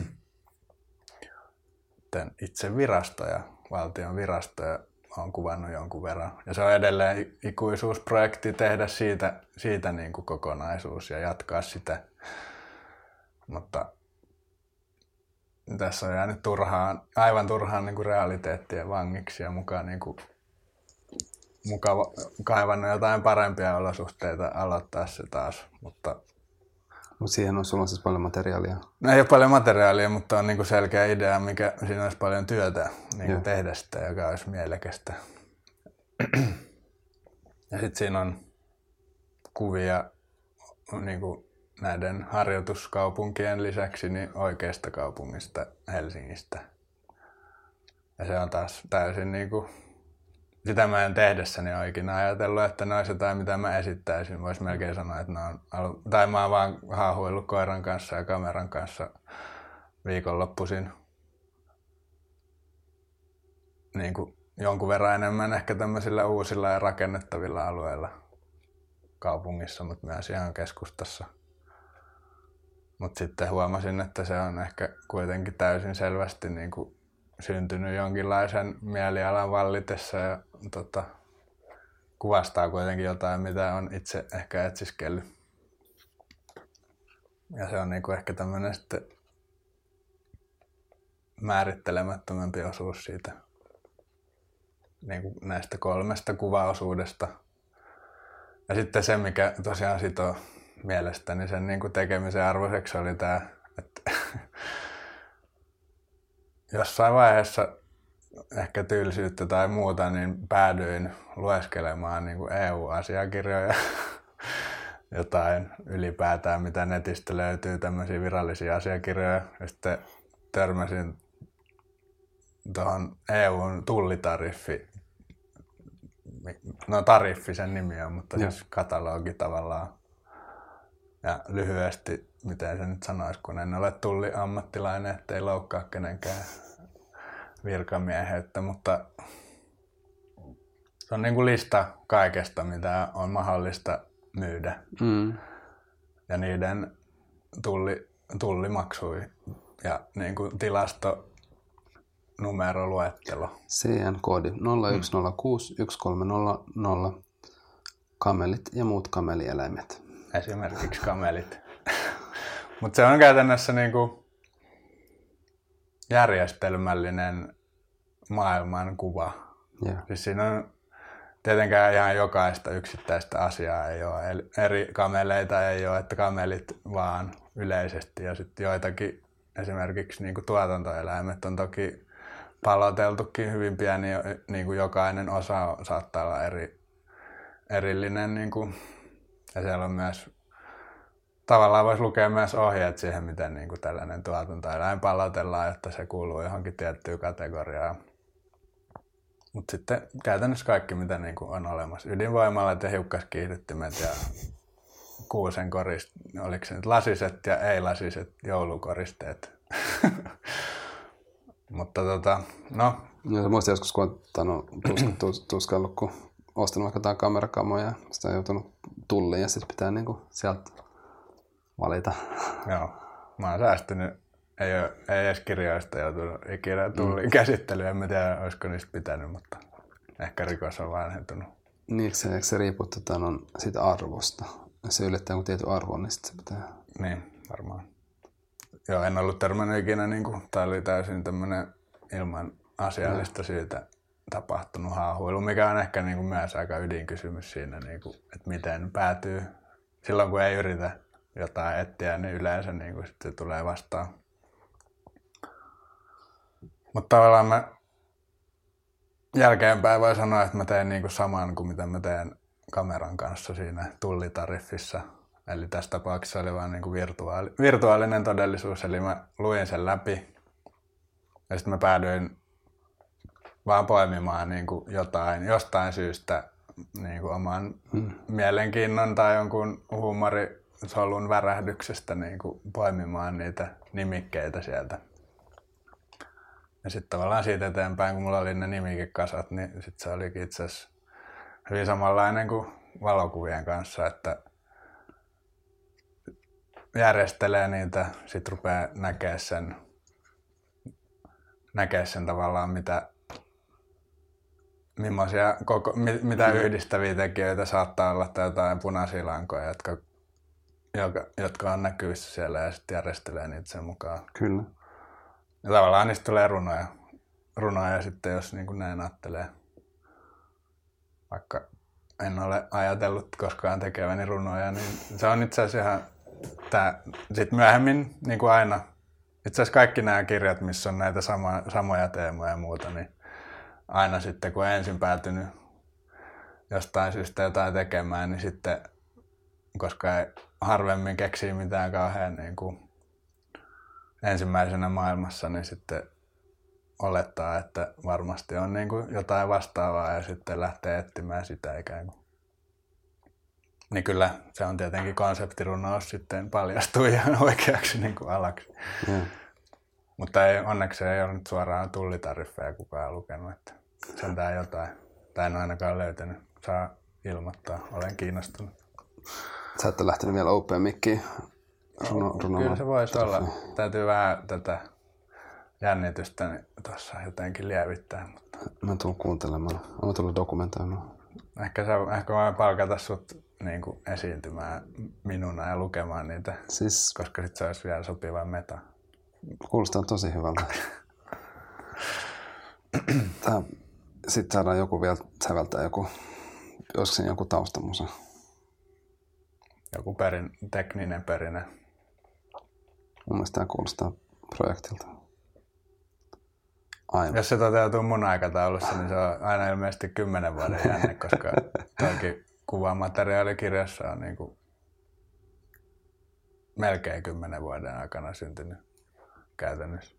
Speaker 5: Itse virastoja, valtion virastoja olen kuvannut jonkun verran. Ja se on edelleen ikuisuusprojekti tehdä siitä niinku kokonaisuus ja jatkaa sitä. Mutta tässä on jäänyt aivan turhaan niinku realiteettien vangiksi ja mukaan niinku kaivannut jotain parempia olosuhteita aloittaa se taas. Mutta
Speaker 4: Mutta siihen on sulla siis paljon materiaalia.
Speaker 5: No ei ole paljon materiaalia, mutta on niinku selkeä idea, mikä siinä olisi paljon työtä niinku tehdä sitä, joka olisi mielekästä. Ja sitten siinä on kuvia niinku näiden harjoituskaupunkien lisäksi niin oikeasta kaupungista, Helsingistä. Ja se on taas täysin niinku, sitä mä en tehdessäni ole ikinä ajatellut, että ne olisi jotain, mitä mä esittäisin. Vois melkein sanoa, että tai mä oon vaan haahuillut koiran kanssa ja kameran kanssa viikonloppuisin niinku jonkun verran enemmän ehkä tämmöisillä uusilla ja rakennettavilla alueilla kaupungissa, mutta myös ihan keskustassa. Mutta sitten huomasin, että se on ehkä kuitenkin täysin selvästi niin kuin syntynyt jonkinlaisen mielialan vallitessa ja kuvastaa kuitenkin jotain, mitä on itse ehkä etsiskellyt. Ja se on niin kuin ehkä tämmöinen sitten määrittelemättömämpi osuus siitä niin kuin näistä 3 kuvaosuudesta. Ja sitten se, mikä tosiaan sitoo mielestäni sen niin kuin tekemisen arvoiseksi, oli tämä, että jossain vaiheessa ehkä tylsyyttä tai muuta, niin päädyin lueskelemaan niin kuin EU-asiakirjoja, jotain ylipäätään, mitä netistä löytyy, tämmöisiä virallisia asiakirjoja. Ja sitten törmäsin tuohon EUn tullitariffi, no tariffi sen nimi on, mutta siis katalogi tavallaan. Ja lyhyesti, miten se nyt sanoisi, kun en ole tulliammattilainen, ettei loukkaa kenenkään virkamieheyttä, mutta se on niin kuin lista kaikesta, mitä on mahdollista myydä. Ja niiden tullimaksui ja niin kuin tilastonumeroluettelo.
Speaker 4: CN-koodi 0106 1300 kamelit ja muut kamelieläimet.
Speaker 5: Esimerkiksi kamelit. Mutta se on käytännössä niinku järjestelmällinen maailmankuva.
Speaker 4: Yeah.
Speaker 5: Siis siinä on tietenkään ihan jokaista yksittäistä asiaa ei ole. Eri kameleita ei ole, että kamelit vaan yleisesti. Ja sitten joitakin esimerkiksi niinku tuotantoeläimet on toki paloteltukin hyvin pieni. Niinku jokainen osa saattaa olla erillinen. Niinku, ja siellä on myös, tavallaan voisi lukea myös ohjeet siihen, miten niin kuin tällainen tuotantoeläin palautellaan, jotta se kuuluu johonkin tiettyyn kategoriaan. Mutta sitten käytännössä kaikki, mitä niin kuin on olemassa. Ydinvoimalat ja hiukkaskiihdyttimet ja kuusen oliko se nyt lasiset ja ei-lasiset joulukoristeet. Mutta no.
Speaker 4: Ja sä muistat joskus, kun on tuskellut, kun ostanut vaikka jotain kamerakamoja ja sitä on joutunut tulliin ja sitten pitää niinku sieltä valita.
Speaker 5: Joo, mä oon säästynyt. Ei edes kirjoista joutunut ikinä tullin käsittelyyn. En tiedä, olisiko niistä pitänyt, mutta ehkä rikos on vanhentunut.
Speaker 4: Niin, eikö se riippuu siitä arvosta? Jos se ylittää jonkun tietyn arvon, niin sitten se pitää...
Speaker 5: Niin, varmaan. Joo, en ollut törmännyt ikinä, tämä oli täysin tämmöinen ilman asiallista syytä tapahtunut haahuilu, mikä on ehkä myös aika ydinkysymys siinä, että miten päätyy. Silloin kun ei yritä jotain etsiä, niin yleensä sitten se tulee vastaan. Mutta tavallaan mä jälkeenpäin voi sanoa, että mä teen saman kuin mitä mä teen kameran kanssa siinä tullitariffissa. Eli tässä tapauksessa oli vaan virtuaalinen todellisuus, eli mä luin sen läpi ja sitten mä päädyin vaan poimimaan jostain syystä oman mielenkiinnon tai jonkun huumorisolun värähdyksestä poimimaan niitä nimikkeitä sieltä. Ja sitten tavallaan siitä eteenpäin, kun mulla oli ne nimikekasat, niin sitten se olikin itse asiassa hyvin samanlainen kuin valokuvien kanssa, että järjestelee niitä, sitten rupeaa näkee sen tavallaan mitä yhdistäviä tekijöitä saattaa olla tai jotain punaisia lankoja, jotka on näkyvissä siellä ja sitten järjestelee niitä sen mukaan.
Speaker 4: Kyllä.
Speaker 5: Ja tavallaan niistä tulee runoja sitten, jos näin ajattelee. Vaikka en ole ajatellut koskaan tekeväni runoja, niin se on itse asiassa ihan sitten myöhemmin niin kuin aina, itse asiassa kaikki nämä kirjat, missä on näitä samoja teemoja ja muuta, niin aina sitten kun on ensin päätynyt jostain syystä jotain tekemään, niin sitten, koska ei harvemmin keksii mitään kauhean niin kuin ensimmäisenä maailmassa, niin sitten olettaa, että varmasti on niin kuin jotain vastaavaa ja sitten lähtee etsimään sitä ikään kuin. Niin kyllä se on tietenkin konseptirunous sitten paljastuu ihan oikeaksi niin kuin alaksi. Mutta onneksi ei ole nyt suoraan tullitariffeja kukaan lukenut, että sentään jotain. Tai en ainakaan löytänyt. Saa ilmoittaa, olen kiinnostunut.
Speaker 4: Sä et ole lähtenyt vielä Open Mickiin runomaan?
Speaker 5: Kyllä se voisi olla. Täytyy vähän tätä jännitystä niin tuossa jotenkin lievittää. Mutta
Speaker 4: Mä tulen kuuntelemaan. Mä tulen dokumentoimaan.
Speaker 5: Ehkä voin palkata sut niin kuin esiintymään minuna ja lukemaan niitä,
Speaker 4: Siis
Speaker 5: koska sit se olisi vielä sopiva meta.
Speaker 4: kuulostaa tosi hyvältä. Sitten saadaan joku vielä säveltää joku, olisiko siinä joku taustamusa?
Speaker 5: Joku tekninen perinne.
Speaker 4: Mun mielestä tämä kuulostaa projektilta. Aina.
Speaker 5: Jos se toteutuu mun aikataulussa, niin se on aina ilmeisesti 10 vuoden jänne, koska toikin kuvamateriaalikirjassa on niin kuin melkein 10 vuoden aikana syntynyt käytännössä.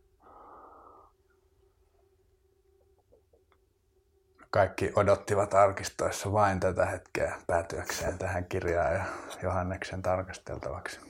Speaker 5: Kaikki odottivat arkistoissa vain tätä hetkeä päätyäkseen tähän kirjaan ja Johanneksen tarkasteltavaksi.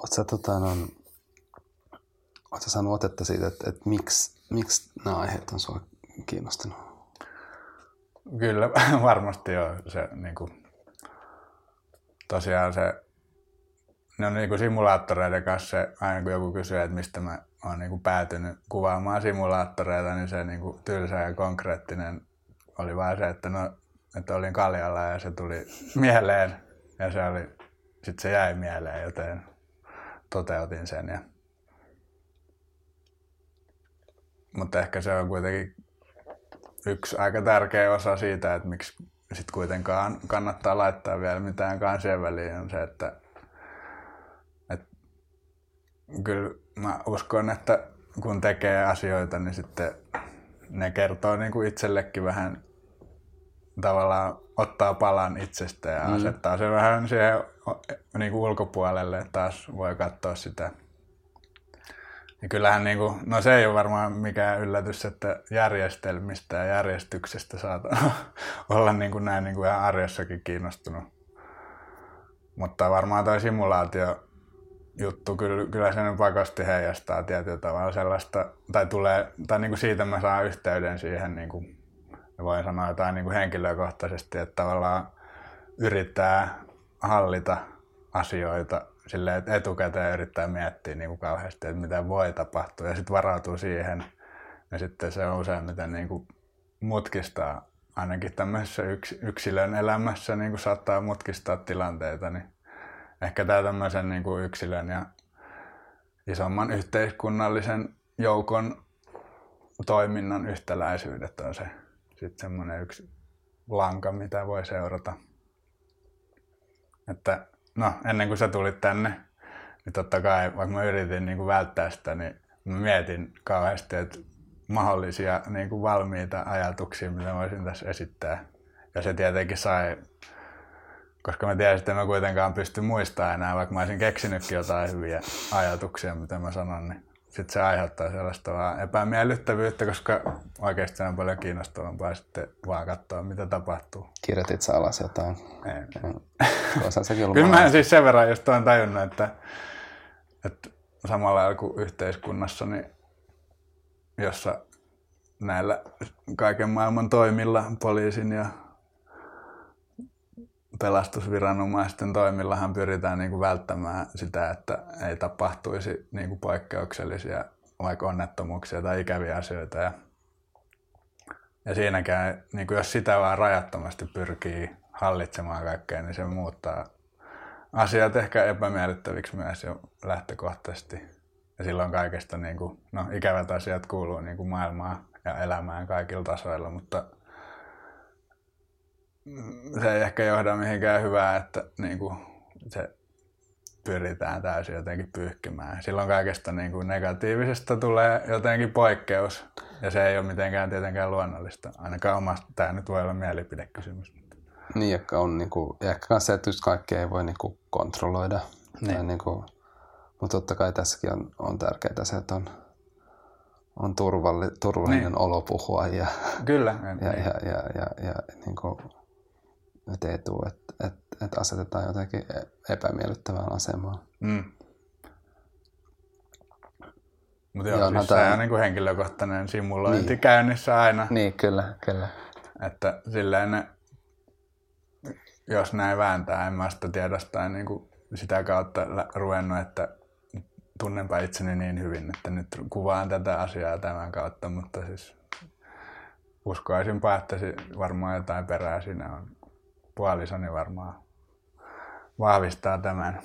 Speaker 4: Oletko saanut otetta siitä, että miksi nämä aiheet on sinua kiinnostanut?
Speaker 5: Kyllä, varmasti joo. Se, niin kuin, tosiaan ne on niin kuin simulaattoreiden kanssa se, aina kun joku kysyy, että mistä mä oon niin kuin päätynyt kuvaamaan simulaattoreita, niin se niin kuin tylsä ja konkreettinen oli vaan se, että olin Kaljalla ja se tuli mieleen ja sitten se jäi mieleen, joten toteutin sen. Mutta ehkä se on kuitenkin yksi aika tärkeä osa siitä, että miksi sit kuitenkaan kannattaa laittaa vielä mitään kansien väliin, on se, että kyllä mä uskon, että kun tekee asioita, niin sitten ne kertoo niin kuin itsellekin vähän tavallaan ottaa palan itsestä ja asettaa sen vähän siihen niin kuin ulkopuolelle, että taas voi katsoa sitä. Ja kyllähän no se ei ole varmaan mikään yllätys, että järjestelmistä ja järjestyksestä saattaa olla näin ihan arjessakin kiinnostunut. Mutta varmaan toi simulaatiojuttu, kyllä se nyt pakosti heijastaa tietyllä tavalla sellaista, tai siitä mä saan yhteyden siihen, voin sanoa jotain henkilökohtaisesti, että tavallaan yrittää hallita asioita silleen, että etukäteen yrittää miettiä kauheasti, että mitä voi tapahtua ja sitten varautuu siihen. Ja sitten se on useimmiten mutkistaa, ainakin tämmöisessä yksilön elämässä saattaa mutkistaa tilanteita. Niin ehkä tämä tämmöisen yksilön ja isomman yhteiskunnallisen joukon toiminnan yhtäläisyydet on se sitten semmoinen yksi lanka, mitä voi seurata. Että ennen kuin sä tulit tänne, niin totta kai, vaikka mä yritin välttää sitä, niin mä mietin kauheasti, että mahdollisia valmiita ajatuksia, mitä voisin tässä esittää. Ja se tietenkin sai, koska mä tiesin, että en mä kuitenkaan pysty muistamaan enää, vaikka mä olisin keksinytkin jotain hyviä ajatuksia, mitä mä sanon, niin sitten se aiheuttaa sellaista vaan epämiellyttävyyttä, koska oikeasti on paljon kiinnostavampaa sitten vaan katsoa, mitä tapahtuu.
Speaker 4: Kirjoitit sä alas jotain?
Speaker 5: Ei. Kyllä mä siis sen verran just olen tajunnut, että samalla kuin yhteiskunnassa, niin jossa näillä kaiken maailman toimilla, poliisin ja pelastusviranomaisten toimillahan pyritään välttämään sitä, että ei tapahtuisi poikkeuksellisia vaikka onnettomuuksia tai ikäviä asioita. Ja siinäkään, jos sitä vaan rajattomasti pyrkii hallitsemaan kaikkea, niin se muuttaa asiat ehkä epämiellyttäviksi myös jo lähtökohtaisesti. Ja silloin kaikesta ikävät asiat kuuluu maailmaan ja elämään kaikilla tasoilla, mutta se ei ehkä johda mihinkään hyvää, että se pyritään täysin jotenkin pyyhkimään. Silloin kaikesta niin kuin negatiivisesta tulee jotenkin poikkeus, ja se ei ole mitenkään tietenkään luonnollista. Ainakaan omasta, tämä nyt voi olla mielipidekysymys.
Speaker 4: Niin, ehkä on niinku, ja ehkä se, että just kaikkea ei voi niinku kontrolloida.
Speaker 5: Niin.
Speaker 4: Niinku, mutta totta kai tässäkin on tärkeää se, että on turvallinen
Speaker 5: niin.
Speaker 4: olo puhua ja
Speaker 5: Kyllä.
Speaker 4: Ja niinku, et ei tule, että asetetaan jotenkin epämiellyttävään asemaan.
Speaker 5: Mutta joo, siis se on niin kuin henkilökohtainen simulointi käynnissä aina.
Speaker 4: Niin, kyllä.
Speaker 5: Että silleen jos näin vääntää, en mä sitä tiedosta niin kuin sitä kautta ruvennut, että tunnenpa itseni niin hyvin, että nyt kuvaan tätä asiaa tämän kautta, mutta siis uskoisinpa, että varmaan jotain perää siinä on. Puolisoni varmaan vahvistaa tämän.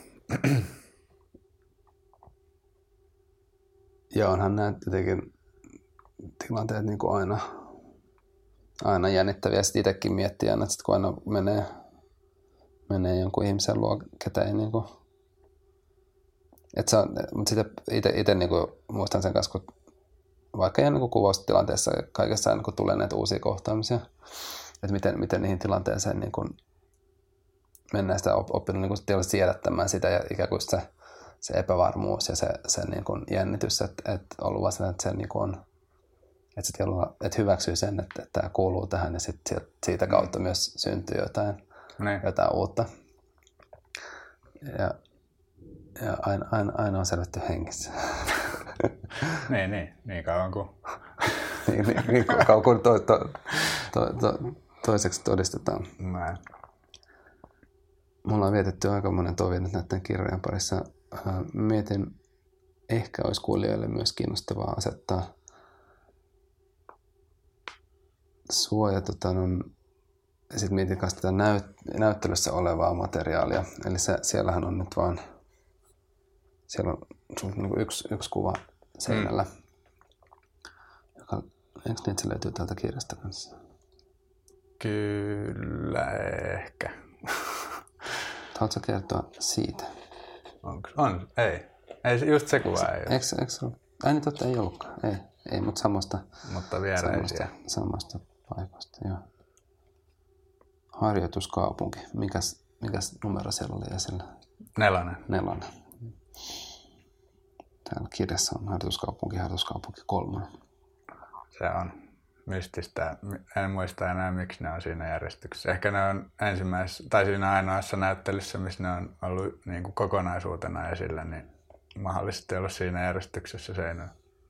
Speaker 4: Ja onhan nämä jotenkin tilanteet niin kuin aina jännittäviä. Sitten itsekin miettii aina, että kun aina menee jonkun ihmisen luo, ketä ei niin kuin... Mutta sitten itse niin kuin muistan sen kanssa, kun vaikka ihan niin kuvaustilanteessa kaikessa aina kun tulee näitä uusia kohtaamisia, että miten niihin tilanteeseen niin kuin mennään sitä oppinut niin kuin siedättämään sitä ja ikään kuin se epävarmuus ja se niin kuin jännitys, että ollut vaan sen, että se niin kuin on, että hyväksyy sen, että tämä kuuluu tähän ja sitten siitä kautta myös syntyy jotain uutta. Ja aina on selvitty hengissä.
Speaker 5: niin kauan kuin...
Speaker 4: niin kauan kuin toiseksi todistetaan.
Speaker 5: Näin.
Speaker 4: Mulla on vietetty aika monen tovi nyt näiden kirjojen parissa. Mietin, ehkä olisi kuulijoille myös kiinnostavaa asettaa suoja ja sitten mietin kanssa tätä näyttelyssä olevaa materiaalia. Eli siellähän on nyt vaan siellä on niin yksi kuva seinällä. Eikö niin, että se löytyy täältä kirjasta kanssa?
Speaker 5: Kyllä, ehkä.
Speaker 4: Haluatko kertoa siitä?
Speaker 5: On, ei. Just se kuva ei ole.
Speaker 4: Eikö ai niin totta, ei ollutkaan. Ei, mutta samasta.
Speaker 5: Mutta viereisiä.
Speaker 4: Samasta paikasta, joo. Harjoituskaupunki. Mikäs numero siellä oli esillä?
Speaker 5: 4.
Speaker 4: Täällä kirjassa on harjoituskaupunki 3.
Speaker 5: Se on mystistä. En muista enää, miksi ne on siinä järjestyksessä. Ehkä ne on siinä ainoassa näyttelyssä, missä ne on ollut niin kuin kokonaisuutena esillä, niin mahdollisesti ollut siinä järjestyksessä seinä.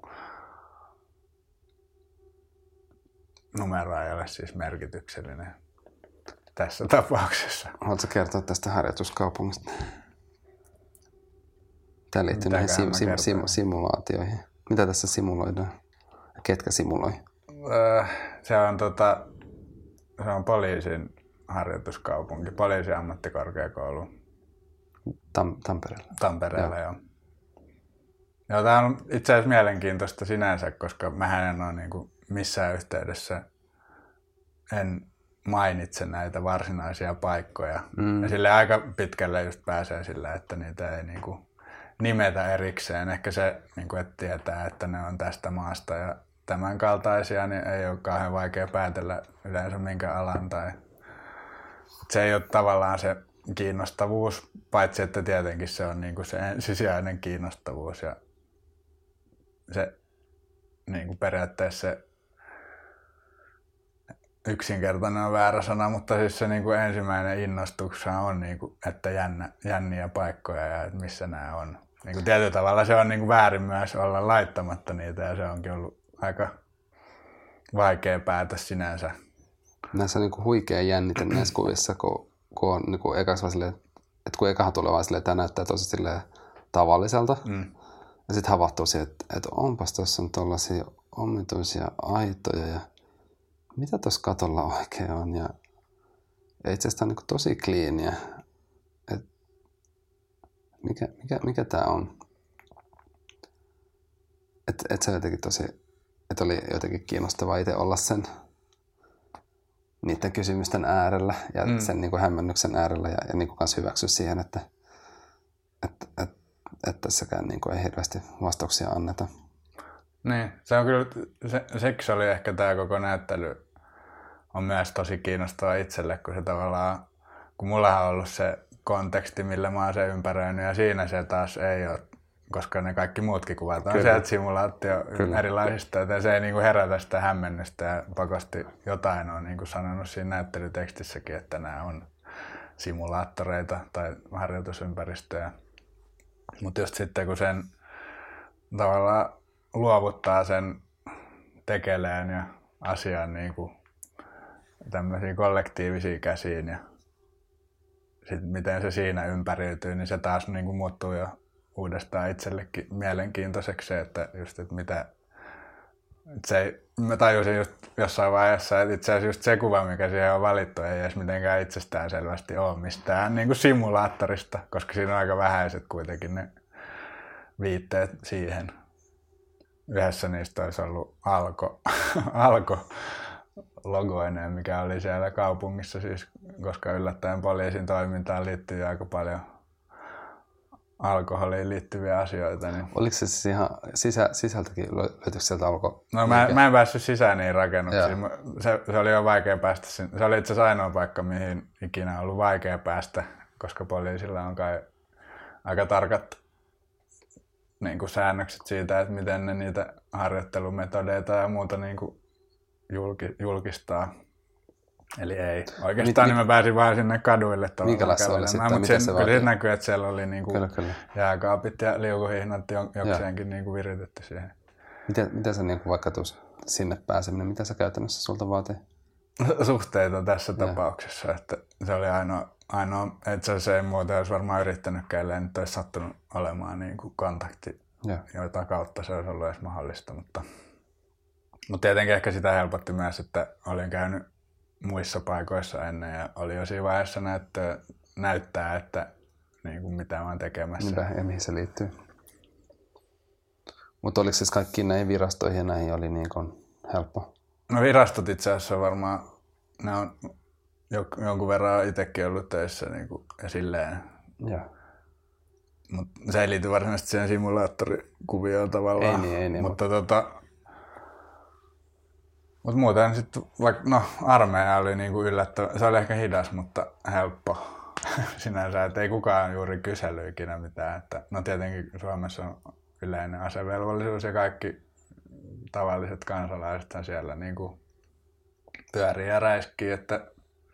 Speaker 5: Numero ei ole siis merkityksellinen tässä tapauksessa.
Speaker 4: Haluatko kertoa tästä harjoituskaupungista? Tämä liittyy näihin simulaatioihin. Mitä tässä simuloidaan? Ketkä simuloi?
Speaker 5: Se on poliisin harjoituskaupunki, poliisiammattikorkeakoulu. Tampereella, joo. Joo, tämä on itse asiassa mielenkiintoista sinänsä, koska mähän en ole niin kuin missään yhteydessä, en mainitse näitä varsinaisia paikkoja. Ja sille aika pitkälle just pääsee sillä, että niitä ei niin kuin nimetä erikseen. Ehkä se, niin kuin, että tietää, että ne on tästä maasta ja tämän kaltaisia, niin ei ole kauhean vaikea päätellä yleensä minkä alan. Tai se ei ole tavallaan se kiinnostavuus, paitsi että tietenkin se on niin kuin se ensisijainen kiinnostavuus. Ja se niin kuin periaatteessa se yksinkertainen on väärä sana, mutta siis se niin kuin ensimmäinen innostuksia on, niin kuin, että jänniä paikkoja ja että missä nämä on. Niin kuin tietyllä tavalla se on niin kuin väärin myös olla laittamatta niitä ja se onkin ollut aika vaikea päätös sinänsä.
Speaker 4: Näissä on niin kuin huikea jännite näissä kuvissa, kun on niin kuin että kun ekahan tulee vaan silleen, että tämä näyttää tosi silleen tavalliselta. Ja sitten havahtuu siihen, että onpas tuossa on tuollaisia omituisia aitoja ja mitä tuossa katolla oikein on. Ja itse asiassa on niin kuin tosi kliiniä. Mikä tää on? Se jotenkin että oli jotenkin kiinnostavaa itse olla niiden kysymysten äärellä ja sen niin kuin hämmennyksen äärellä ja niin kuin kanssa hyväksyä siihen, että että tässäkään niin kuin ei hirveästi vastauksia anneta.
Speaker 5: Niin, se on kyllä, siksi oli ehkä tämä koko näyttely on myös tosi kiinnostava itselle, kun se tavallaan, kun mulla on ollut se konteksti, millä mä oon se ympäröinyt ja siinä se taas ei ole, koska ne kaikki muutkin kuvat on sieltä simulaatio erilaisista, joten se ei niinku herätä sitä hämmennystä ja pakosti jotain on niinku sanonut siinä näyttelytekstissäkin, että nämä on simulaattoreita tai harjoitusympäristöjä. Mutta just sitten kun sen tavallaan luovuttaa sen tekeleen ja asian niinku tämmöisiin kollektiivisiin käsiin ja sitten miten se siinä ympäriytyy, niin se taas niinku muuttuu jo uudestaan itsellekin mielenkiintoiseksi se, että just, että mitä se ei, mä tajusin just jossain vaiheessa, että itse asiassa just se kuva, mikä siihen on valittu, ei edes mitenkään itsestään selvästi ole mistään niin kuin simulaattorista, koska siinä on aika vähäiset kuitenkin ne viitteet siihen. Yhdessä niistä olisi ollut Alko logoineen, mikä oli siellä kaupungissa siis, koska yllättäen poliisin toimintaan liittyy aika paljon alkoholiin liittyviä asioita. Niin.
Speaker 4: Oliko se siis ihan sisältäkin, löytyykö sieltä alko?
Speaker 5: No mä en päässyt sisään niihin rakennuksiin. Se oli jo vaikea päästä sinne. Se oli itse asiassa ainoa paikka, mihin ikinä on ollut vaikea päästä, koska poliisilla on kai aika tarkat niin kuin säännökset siitä, että miten ne niitä harjoittelumetodeita ja muuta niin kuin julkistaa. Eli ei. Oikeastaan niin mä pääsin vaan sinne kaduille
Speaker 4: minkälaista oli sitten?
Speaker 5: Mutta kyllä se näkyy, että siellä oli niinku jääkaapit ja liukuhihnat jokseenkin niinku viritetty siihen.
Speaker 4: Miten se niinku vaikka sinne pääseminen, mitä se käytännössä sulta vaatii?
Speaker 5: Suhteita tässä tapauksessa. Että se oli ainoa että se ei muuta olisi varmaan yrittänytkään, ellei nyt olisi sattunut olemaan niinku kontakti, jota kautta se olisi ollut edes mahdollista. Mutta tietenkin ehkä sitä helpotti myös, että olin käynyt muissa paikoissa ennen ja oli jo siinä vaiheessa näyttää, että niin kuin mitä mä oon tekemässä.
Speaker 4: Mitä ja mihin se liittyy. Mutta oliko siis kaikkiin näihin virastoihin ja näihin oli niin kuin helppo?
Speaker 5: No virastot itse asiassa on varmaan, ne on jonkun verran itsekin ollut töissä niin kuin, ja silleen. Mutta se ei liity varsinaisesti siihen simulaattorikuvioon tavallaan.
Speaker 4: Ei niin.
Speaker 5: Mutta Mutta muuten sitten, armeija oli niinku yllättävän, se oli ehkä hidas, mutta helppo sinänsä, että ei kukaan juuri kysely ikinä mitään. Että, no tietenkin Suomessa on yleinen asevelvollisuus ja kaikki tavalliset kansalaiset siellä niinku pyörii ja räiskii, että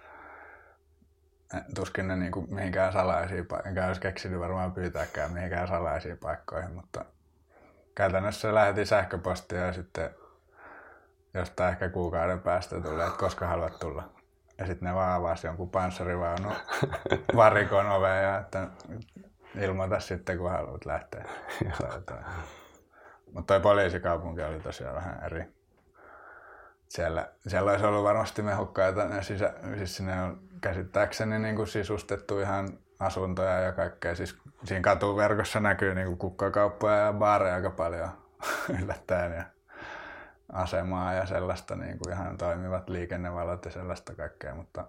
Speaker 5: tuskin ne niinku mihinkään salaisiin paikkoihin, enkä olisi keksinyt varmaan pyytääkään mihinkään salaisiin paikkoihin, mutta käytännössä lähetin sähköpostia ja sitten jostain ehkä kuukauden päästä tulee, että koska haluat tulla. Ja sitten ne vaan avasi jonkun panssarivaunun varikon oveen ja että ilmoita sitten, kun haluat lähteä. Mutta toi poliisikaupunki oli tosiaan vähän eri. Siellä olisi ollut varmasti mehukkaita. Siis sinne on käsittääkseni niin kuin sisustettu ihan asuntoja ja kaikkea. Siis siinä katuverkossa näkyy niin kuin kukkakauppoja ja baareja aika paljon yllättäen. Ja asemaa ja sellaista, niin kuin ihan toimivat liikennevalot ja sellaista kaikkea, mutta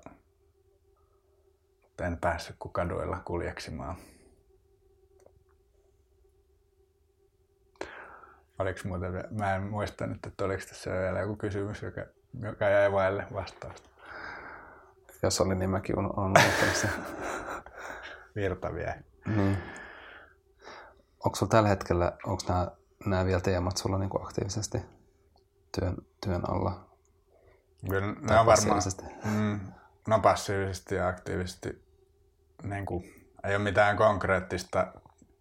Speaker 5: en päässyt kuin kaduilla kuljeksimaan. Oliko muuten, mä en muista nyt, että oliko tässä vielä joku kysymys, joka jäi vaille vastausta.
Speaker 4: Jos oli, niin mäkin on muuttanut sen.
Speaker 5: Virtavie.
Speaker 4: Niin. Onko sulla tällä hetkellä, onko nämä vielä teemat sulla niin kuin aktiivisesti työn alla?
Speaker 5: Kyllä ne on varmaan passiivisesti ja aktiivisesti. Niin kuin, ei ole mitään konkreettista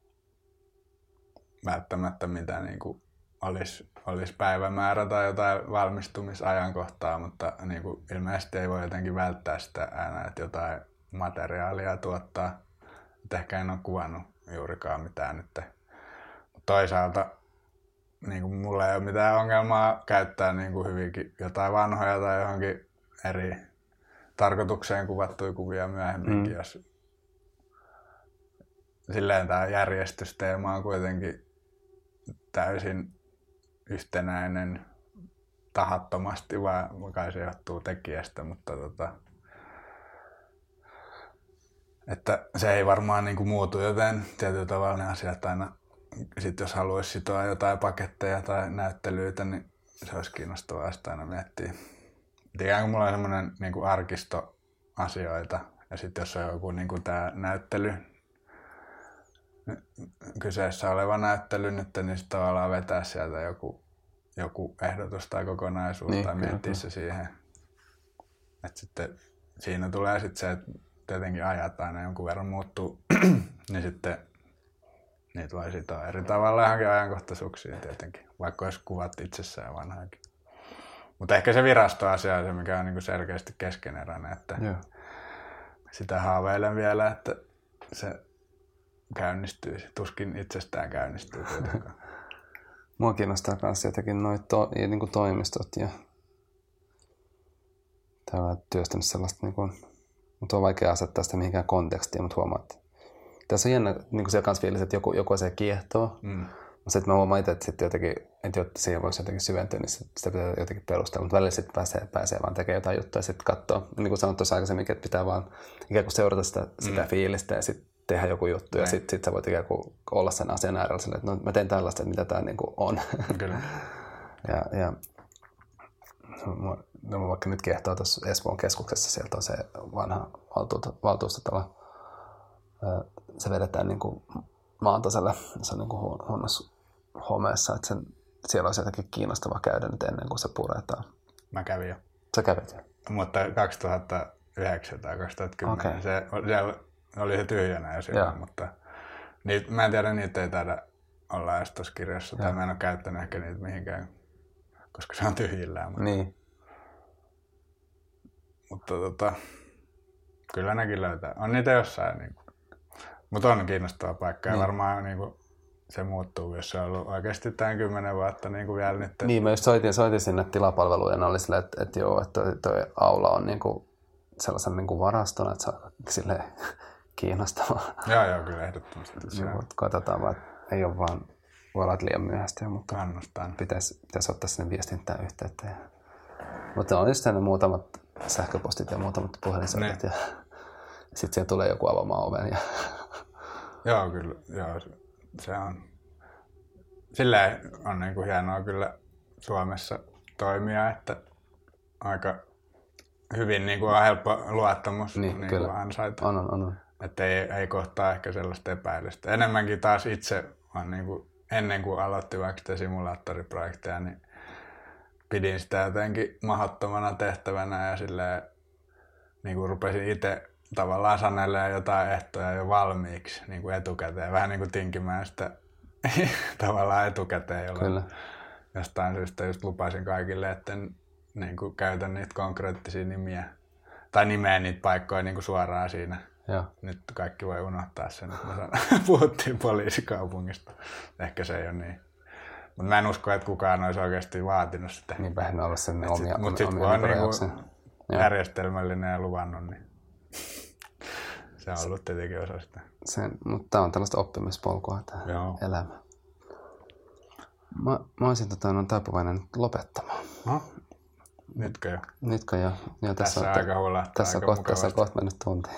Speaker 5: välttämättä mitä niin kuin olisi päivämäärä tai jotain valmistumisajankohtaa, mutta niin kuin ilmeisesti ei voi jotenkin välttää sitä aina, että jotain materiaalia tuottaa. Mutta ehkä en ole kuvannut juurikaan mitään nyt. Toisaalta niin kuin mulla ei ole mitään ongelmaa käyttää niin kuin hyvinkin jotain vanhoja tai johonkin eri tarkoitukseen kuvattuja kuvia myöhemminkin, jos silleen tämä järjestysteema on kuitenkin täysin yhtenäinen tahattomasti, vaan kai se johtuu tekijästä, mutta Että se ei varmaan niin kuin muutu, joten tietyllä tavalla ne asiat aina, sit jos haluaisi sitoa jotain paketteja tai näyttelyitä, niin se olisi kiinnostavaa sitä aina miettiä. Ikään kuin mulla on semmoinen niin kuin arkistoasioita, ja sitten jos on joku niin kuin tämä näyttely, kyseessä oleva näyttely nyt, niin sitten tavallaan vetää sieltä joku ehdotus tai kokonaisuus niin, tai miettiä se siihen. Et sitten siinä tulee sitten se, että tietenkin ajat aina jonkun verran muuttuu, niin sitten niitä voi sitoa eri tavalla johonkin ajankohtaisuuksiin tietenkin, vaikka olisi kuvat itsessään vanhaankin. Mutta ehkä se virastoasia on se, mikä on niinku selkeästi keskeneräinen, että sitä haaveilen vielä, että se käynnistyisi. Tuskin itsestään käynnistyy kuitenkaan.
Speaker 4: Mua kiinnostaa myös jotenkin noi niinku toimistot ja täällä on työstänyt sellaista, mutta on vaikea asettaa sitä mihinkään kontekstiin, mutta huomaat, että tässä on jännä niin siellä kanssa fiilis, että joku asia kiehtoo, mutta sitten mä huomaan itse, että sitten jotenkin, että jotta siihen voisi jotenkin syventyä, niin sitä pitää jotenkin perustella, mutta välillä sitten pääsee vaan tekemään jotain juttua ja sitten katsoa, niin kuin sanoin tuossa aikaisemmin, että pitää vaan ikään kuin seurata sitä fiilistä ja sitten tehdä joku juttu ja sitten sä voit ikään kuin olla sen asian äärellä silleen, että no, mä teen tällaista, että mitä tää niin kuin on. Kyllä. ja no, vaikka nyt kiehtoo tuossa Espoon keskuksessa, sieltä on se vanha valtuustotalo. Se vedetään niin kuin maan tasalle, se on niin kuin huonossa homeessa, että siellä olisi jotenkin kiinnostavaa käydä nyt ennen kuin se puretaan.
Speaker 5: Mä kävin jo.
Speaker 4: Sä kävit jo?
Speaker 5: Mutta 2009 tai 2010, siellä oli se tyhjänä jo silloin, mutta mä en tiedä, niitä ei taida olla edes tuossa kirjassa, tai mä en ole käyttänyt ehkä niitä mihinkään, koska se on tyhjillään.
Speaker 4: Niin.
Speaker 5: Mutta kyllä nekin löytää. On niitä jossain. Niin kuin. Mutta on kiinnostava paikka ja varmaan niin kuin, se muuttuu, jos se on ollut oikeasti tämän 10 vuotta niin kuin vielä nyt.
Speaker 4: Niin, mä just soitin sinne tilapalveluun ja oli silleen, että joo, että toi aula on niin kuin sellaisen niin kuin varastona, että se on silleen kiinnostavaa.
Speaker 5: Joo, kyllä ehdottomasti.
Speaker 4: Katsotaan vaan, että ei ole vaan, voi olla liian myöhäistä, mutta
Speaker 5: kannustan.
Speaker 4: Pitäisi ottaa sinne viestintään yhteyttä. Mutta on just aina muutamat sähköpostit ja muutamat puhelinsoitot ja sitten siellä tulee joku avaamaan oven. Ja
Speaker 5: Joo, kyllä. Joo, se on. Silleen on niin kuin hienoa kyllä Suomessa toimia, että aika hyvin niin kuin on helppo luottamus niin kuin ansaita.
Speaker 4: On.
Speaker 5: Että ei kohtaa ehkä sellaista epäilystä. Enemmänkin taas itse on niin kuin, ennen kuin aloitti vaikka sitä simulaattoriprojekteja, niin pidin sitä jotenkin mahdottomana tehtävänä ja silleen niin kuin rupesin itse tavallaan sanelemaan jotain ehtoja jo valmiiksi niin kuin etukäteen. Vähän niin kuin tinkimään sitä tavallaan etukäteen, jolloin jostain syystä just lupasin kaikille, että en niin kuin käytä niitä konkreettisia nimiä tai nimeä niitä paikkoja niin kuin suoraan siinä.
Speaker 4: Ja.
Speaker 5: Nyt kaikki voi unohtaa sen, että puhuttiin poliisikaupungista. Ehkä se ei ole niin. Mutta mä en usko, että kukaan olisi oikeasti vaatinut sitä.
Speaker 4: Niin vähän olla sen omia.
Speaker 5: Mutta sitten kun on niinku järjestelmällinen ja luvannut, niin se on ollut tietenkin osa sitä.
Speaker 4: Mutta tämä on tällaista oppimispolkua tämä elämä. Mä olisin taipuvainen lopettamaan.
Speaker 5: Nytkö jo?
Speaker 4: Nytkö jo. Ja
Speaker 5: tässä aika huolahtaa.
Speaker 4: Tässä on kohta mennyt tunti.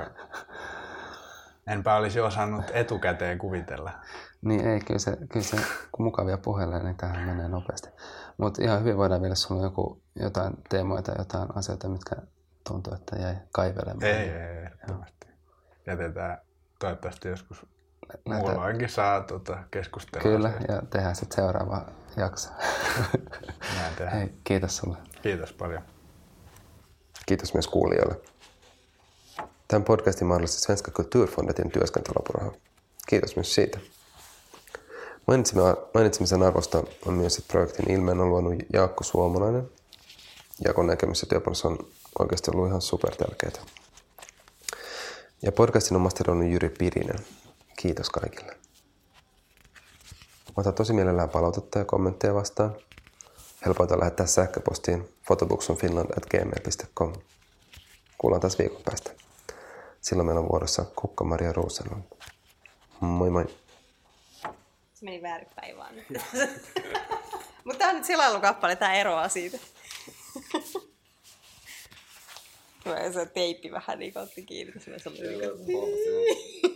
Speaker 5: Enpä olisi osannut etukäteen kuvitella.
Speaker 4: Niin ei, kyllä se kun mukavia puhelee, niin tämähän menee nopeasti. Mutta ihan hyvin voidaan vielä, jos sulla on jotain teemoja tai jotain asioita, mitkä tuntuu, että jäi kaivelemaan.
Speaker 5: Ei, ehdottomasti. Jätetään toivottavasti joskus muulloinkin saa keskustella.
Speaker 4: Kyllä, ja tehdään sitten seuraava jakso.
Speaker 5: Näin tehdään.
Speaker 4: Hei, kiitos sulle.
Speaker 5: Kiitos paljon. Kiitos
Speaker 3: myös kuulijoille. Tämän podcastin mahdollisti Svenska Kulturfondetin työskentelyapuraha. Kiitos myös siitä. Mainitsemisen arvosta on myös, että projektin ilmeen on luonut Jaakko Suomalainen. Jaakon näkemys ja työpanos on oikeasti ollut ihan supertärkeitä. Ja podcastin on masteroinut Jyri Pirinen. Kiitos kaikille. Otan tosi mielellään palautetta ja kommentteja vastaan. Helpointa lähettää sähköpostiin photobooksunfinland@gmail.com. Kuullaan taas viikon päästä. Silloin meillä on vuorossa Kukka-Maria Rosenlund. Moi moi.
Speaker 6: Se meni väärinpäin vaan nyt. Mutta tää on nyt selailukappale, tää eroaa siitä. Se teippi vähän niin otti kiinni, tässä se oli niin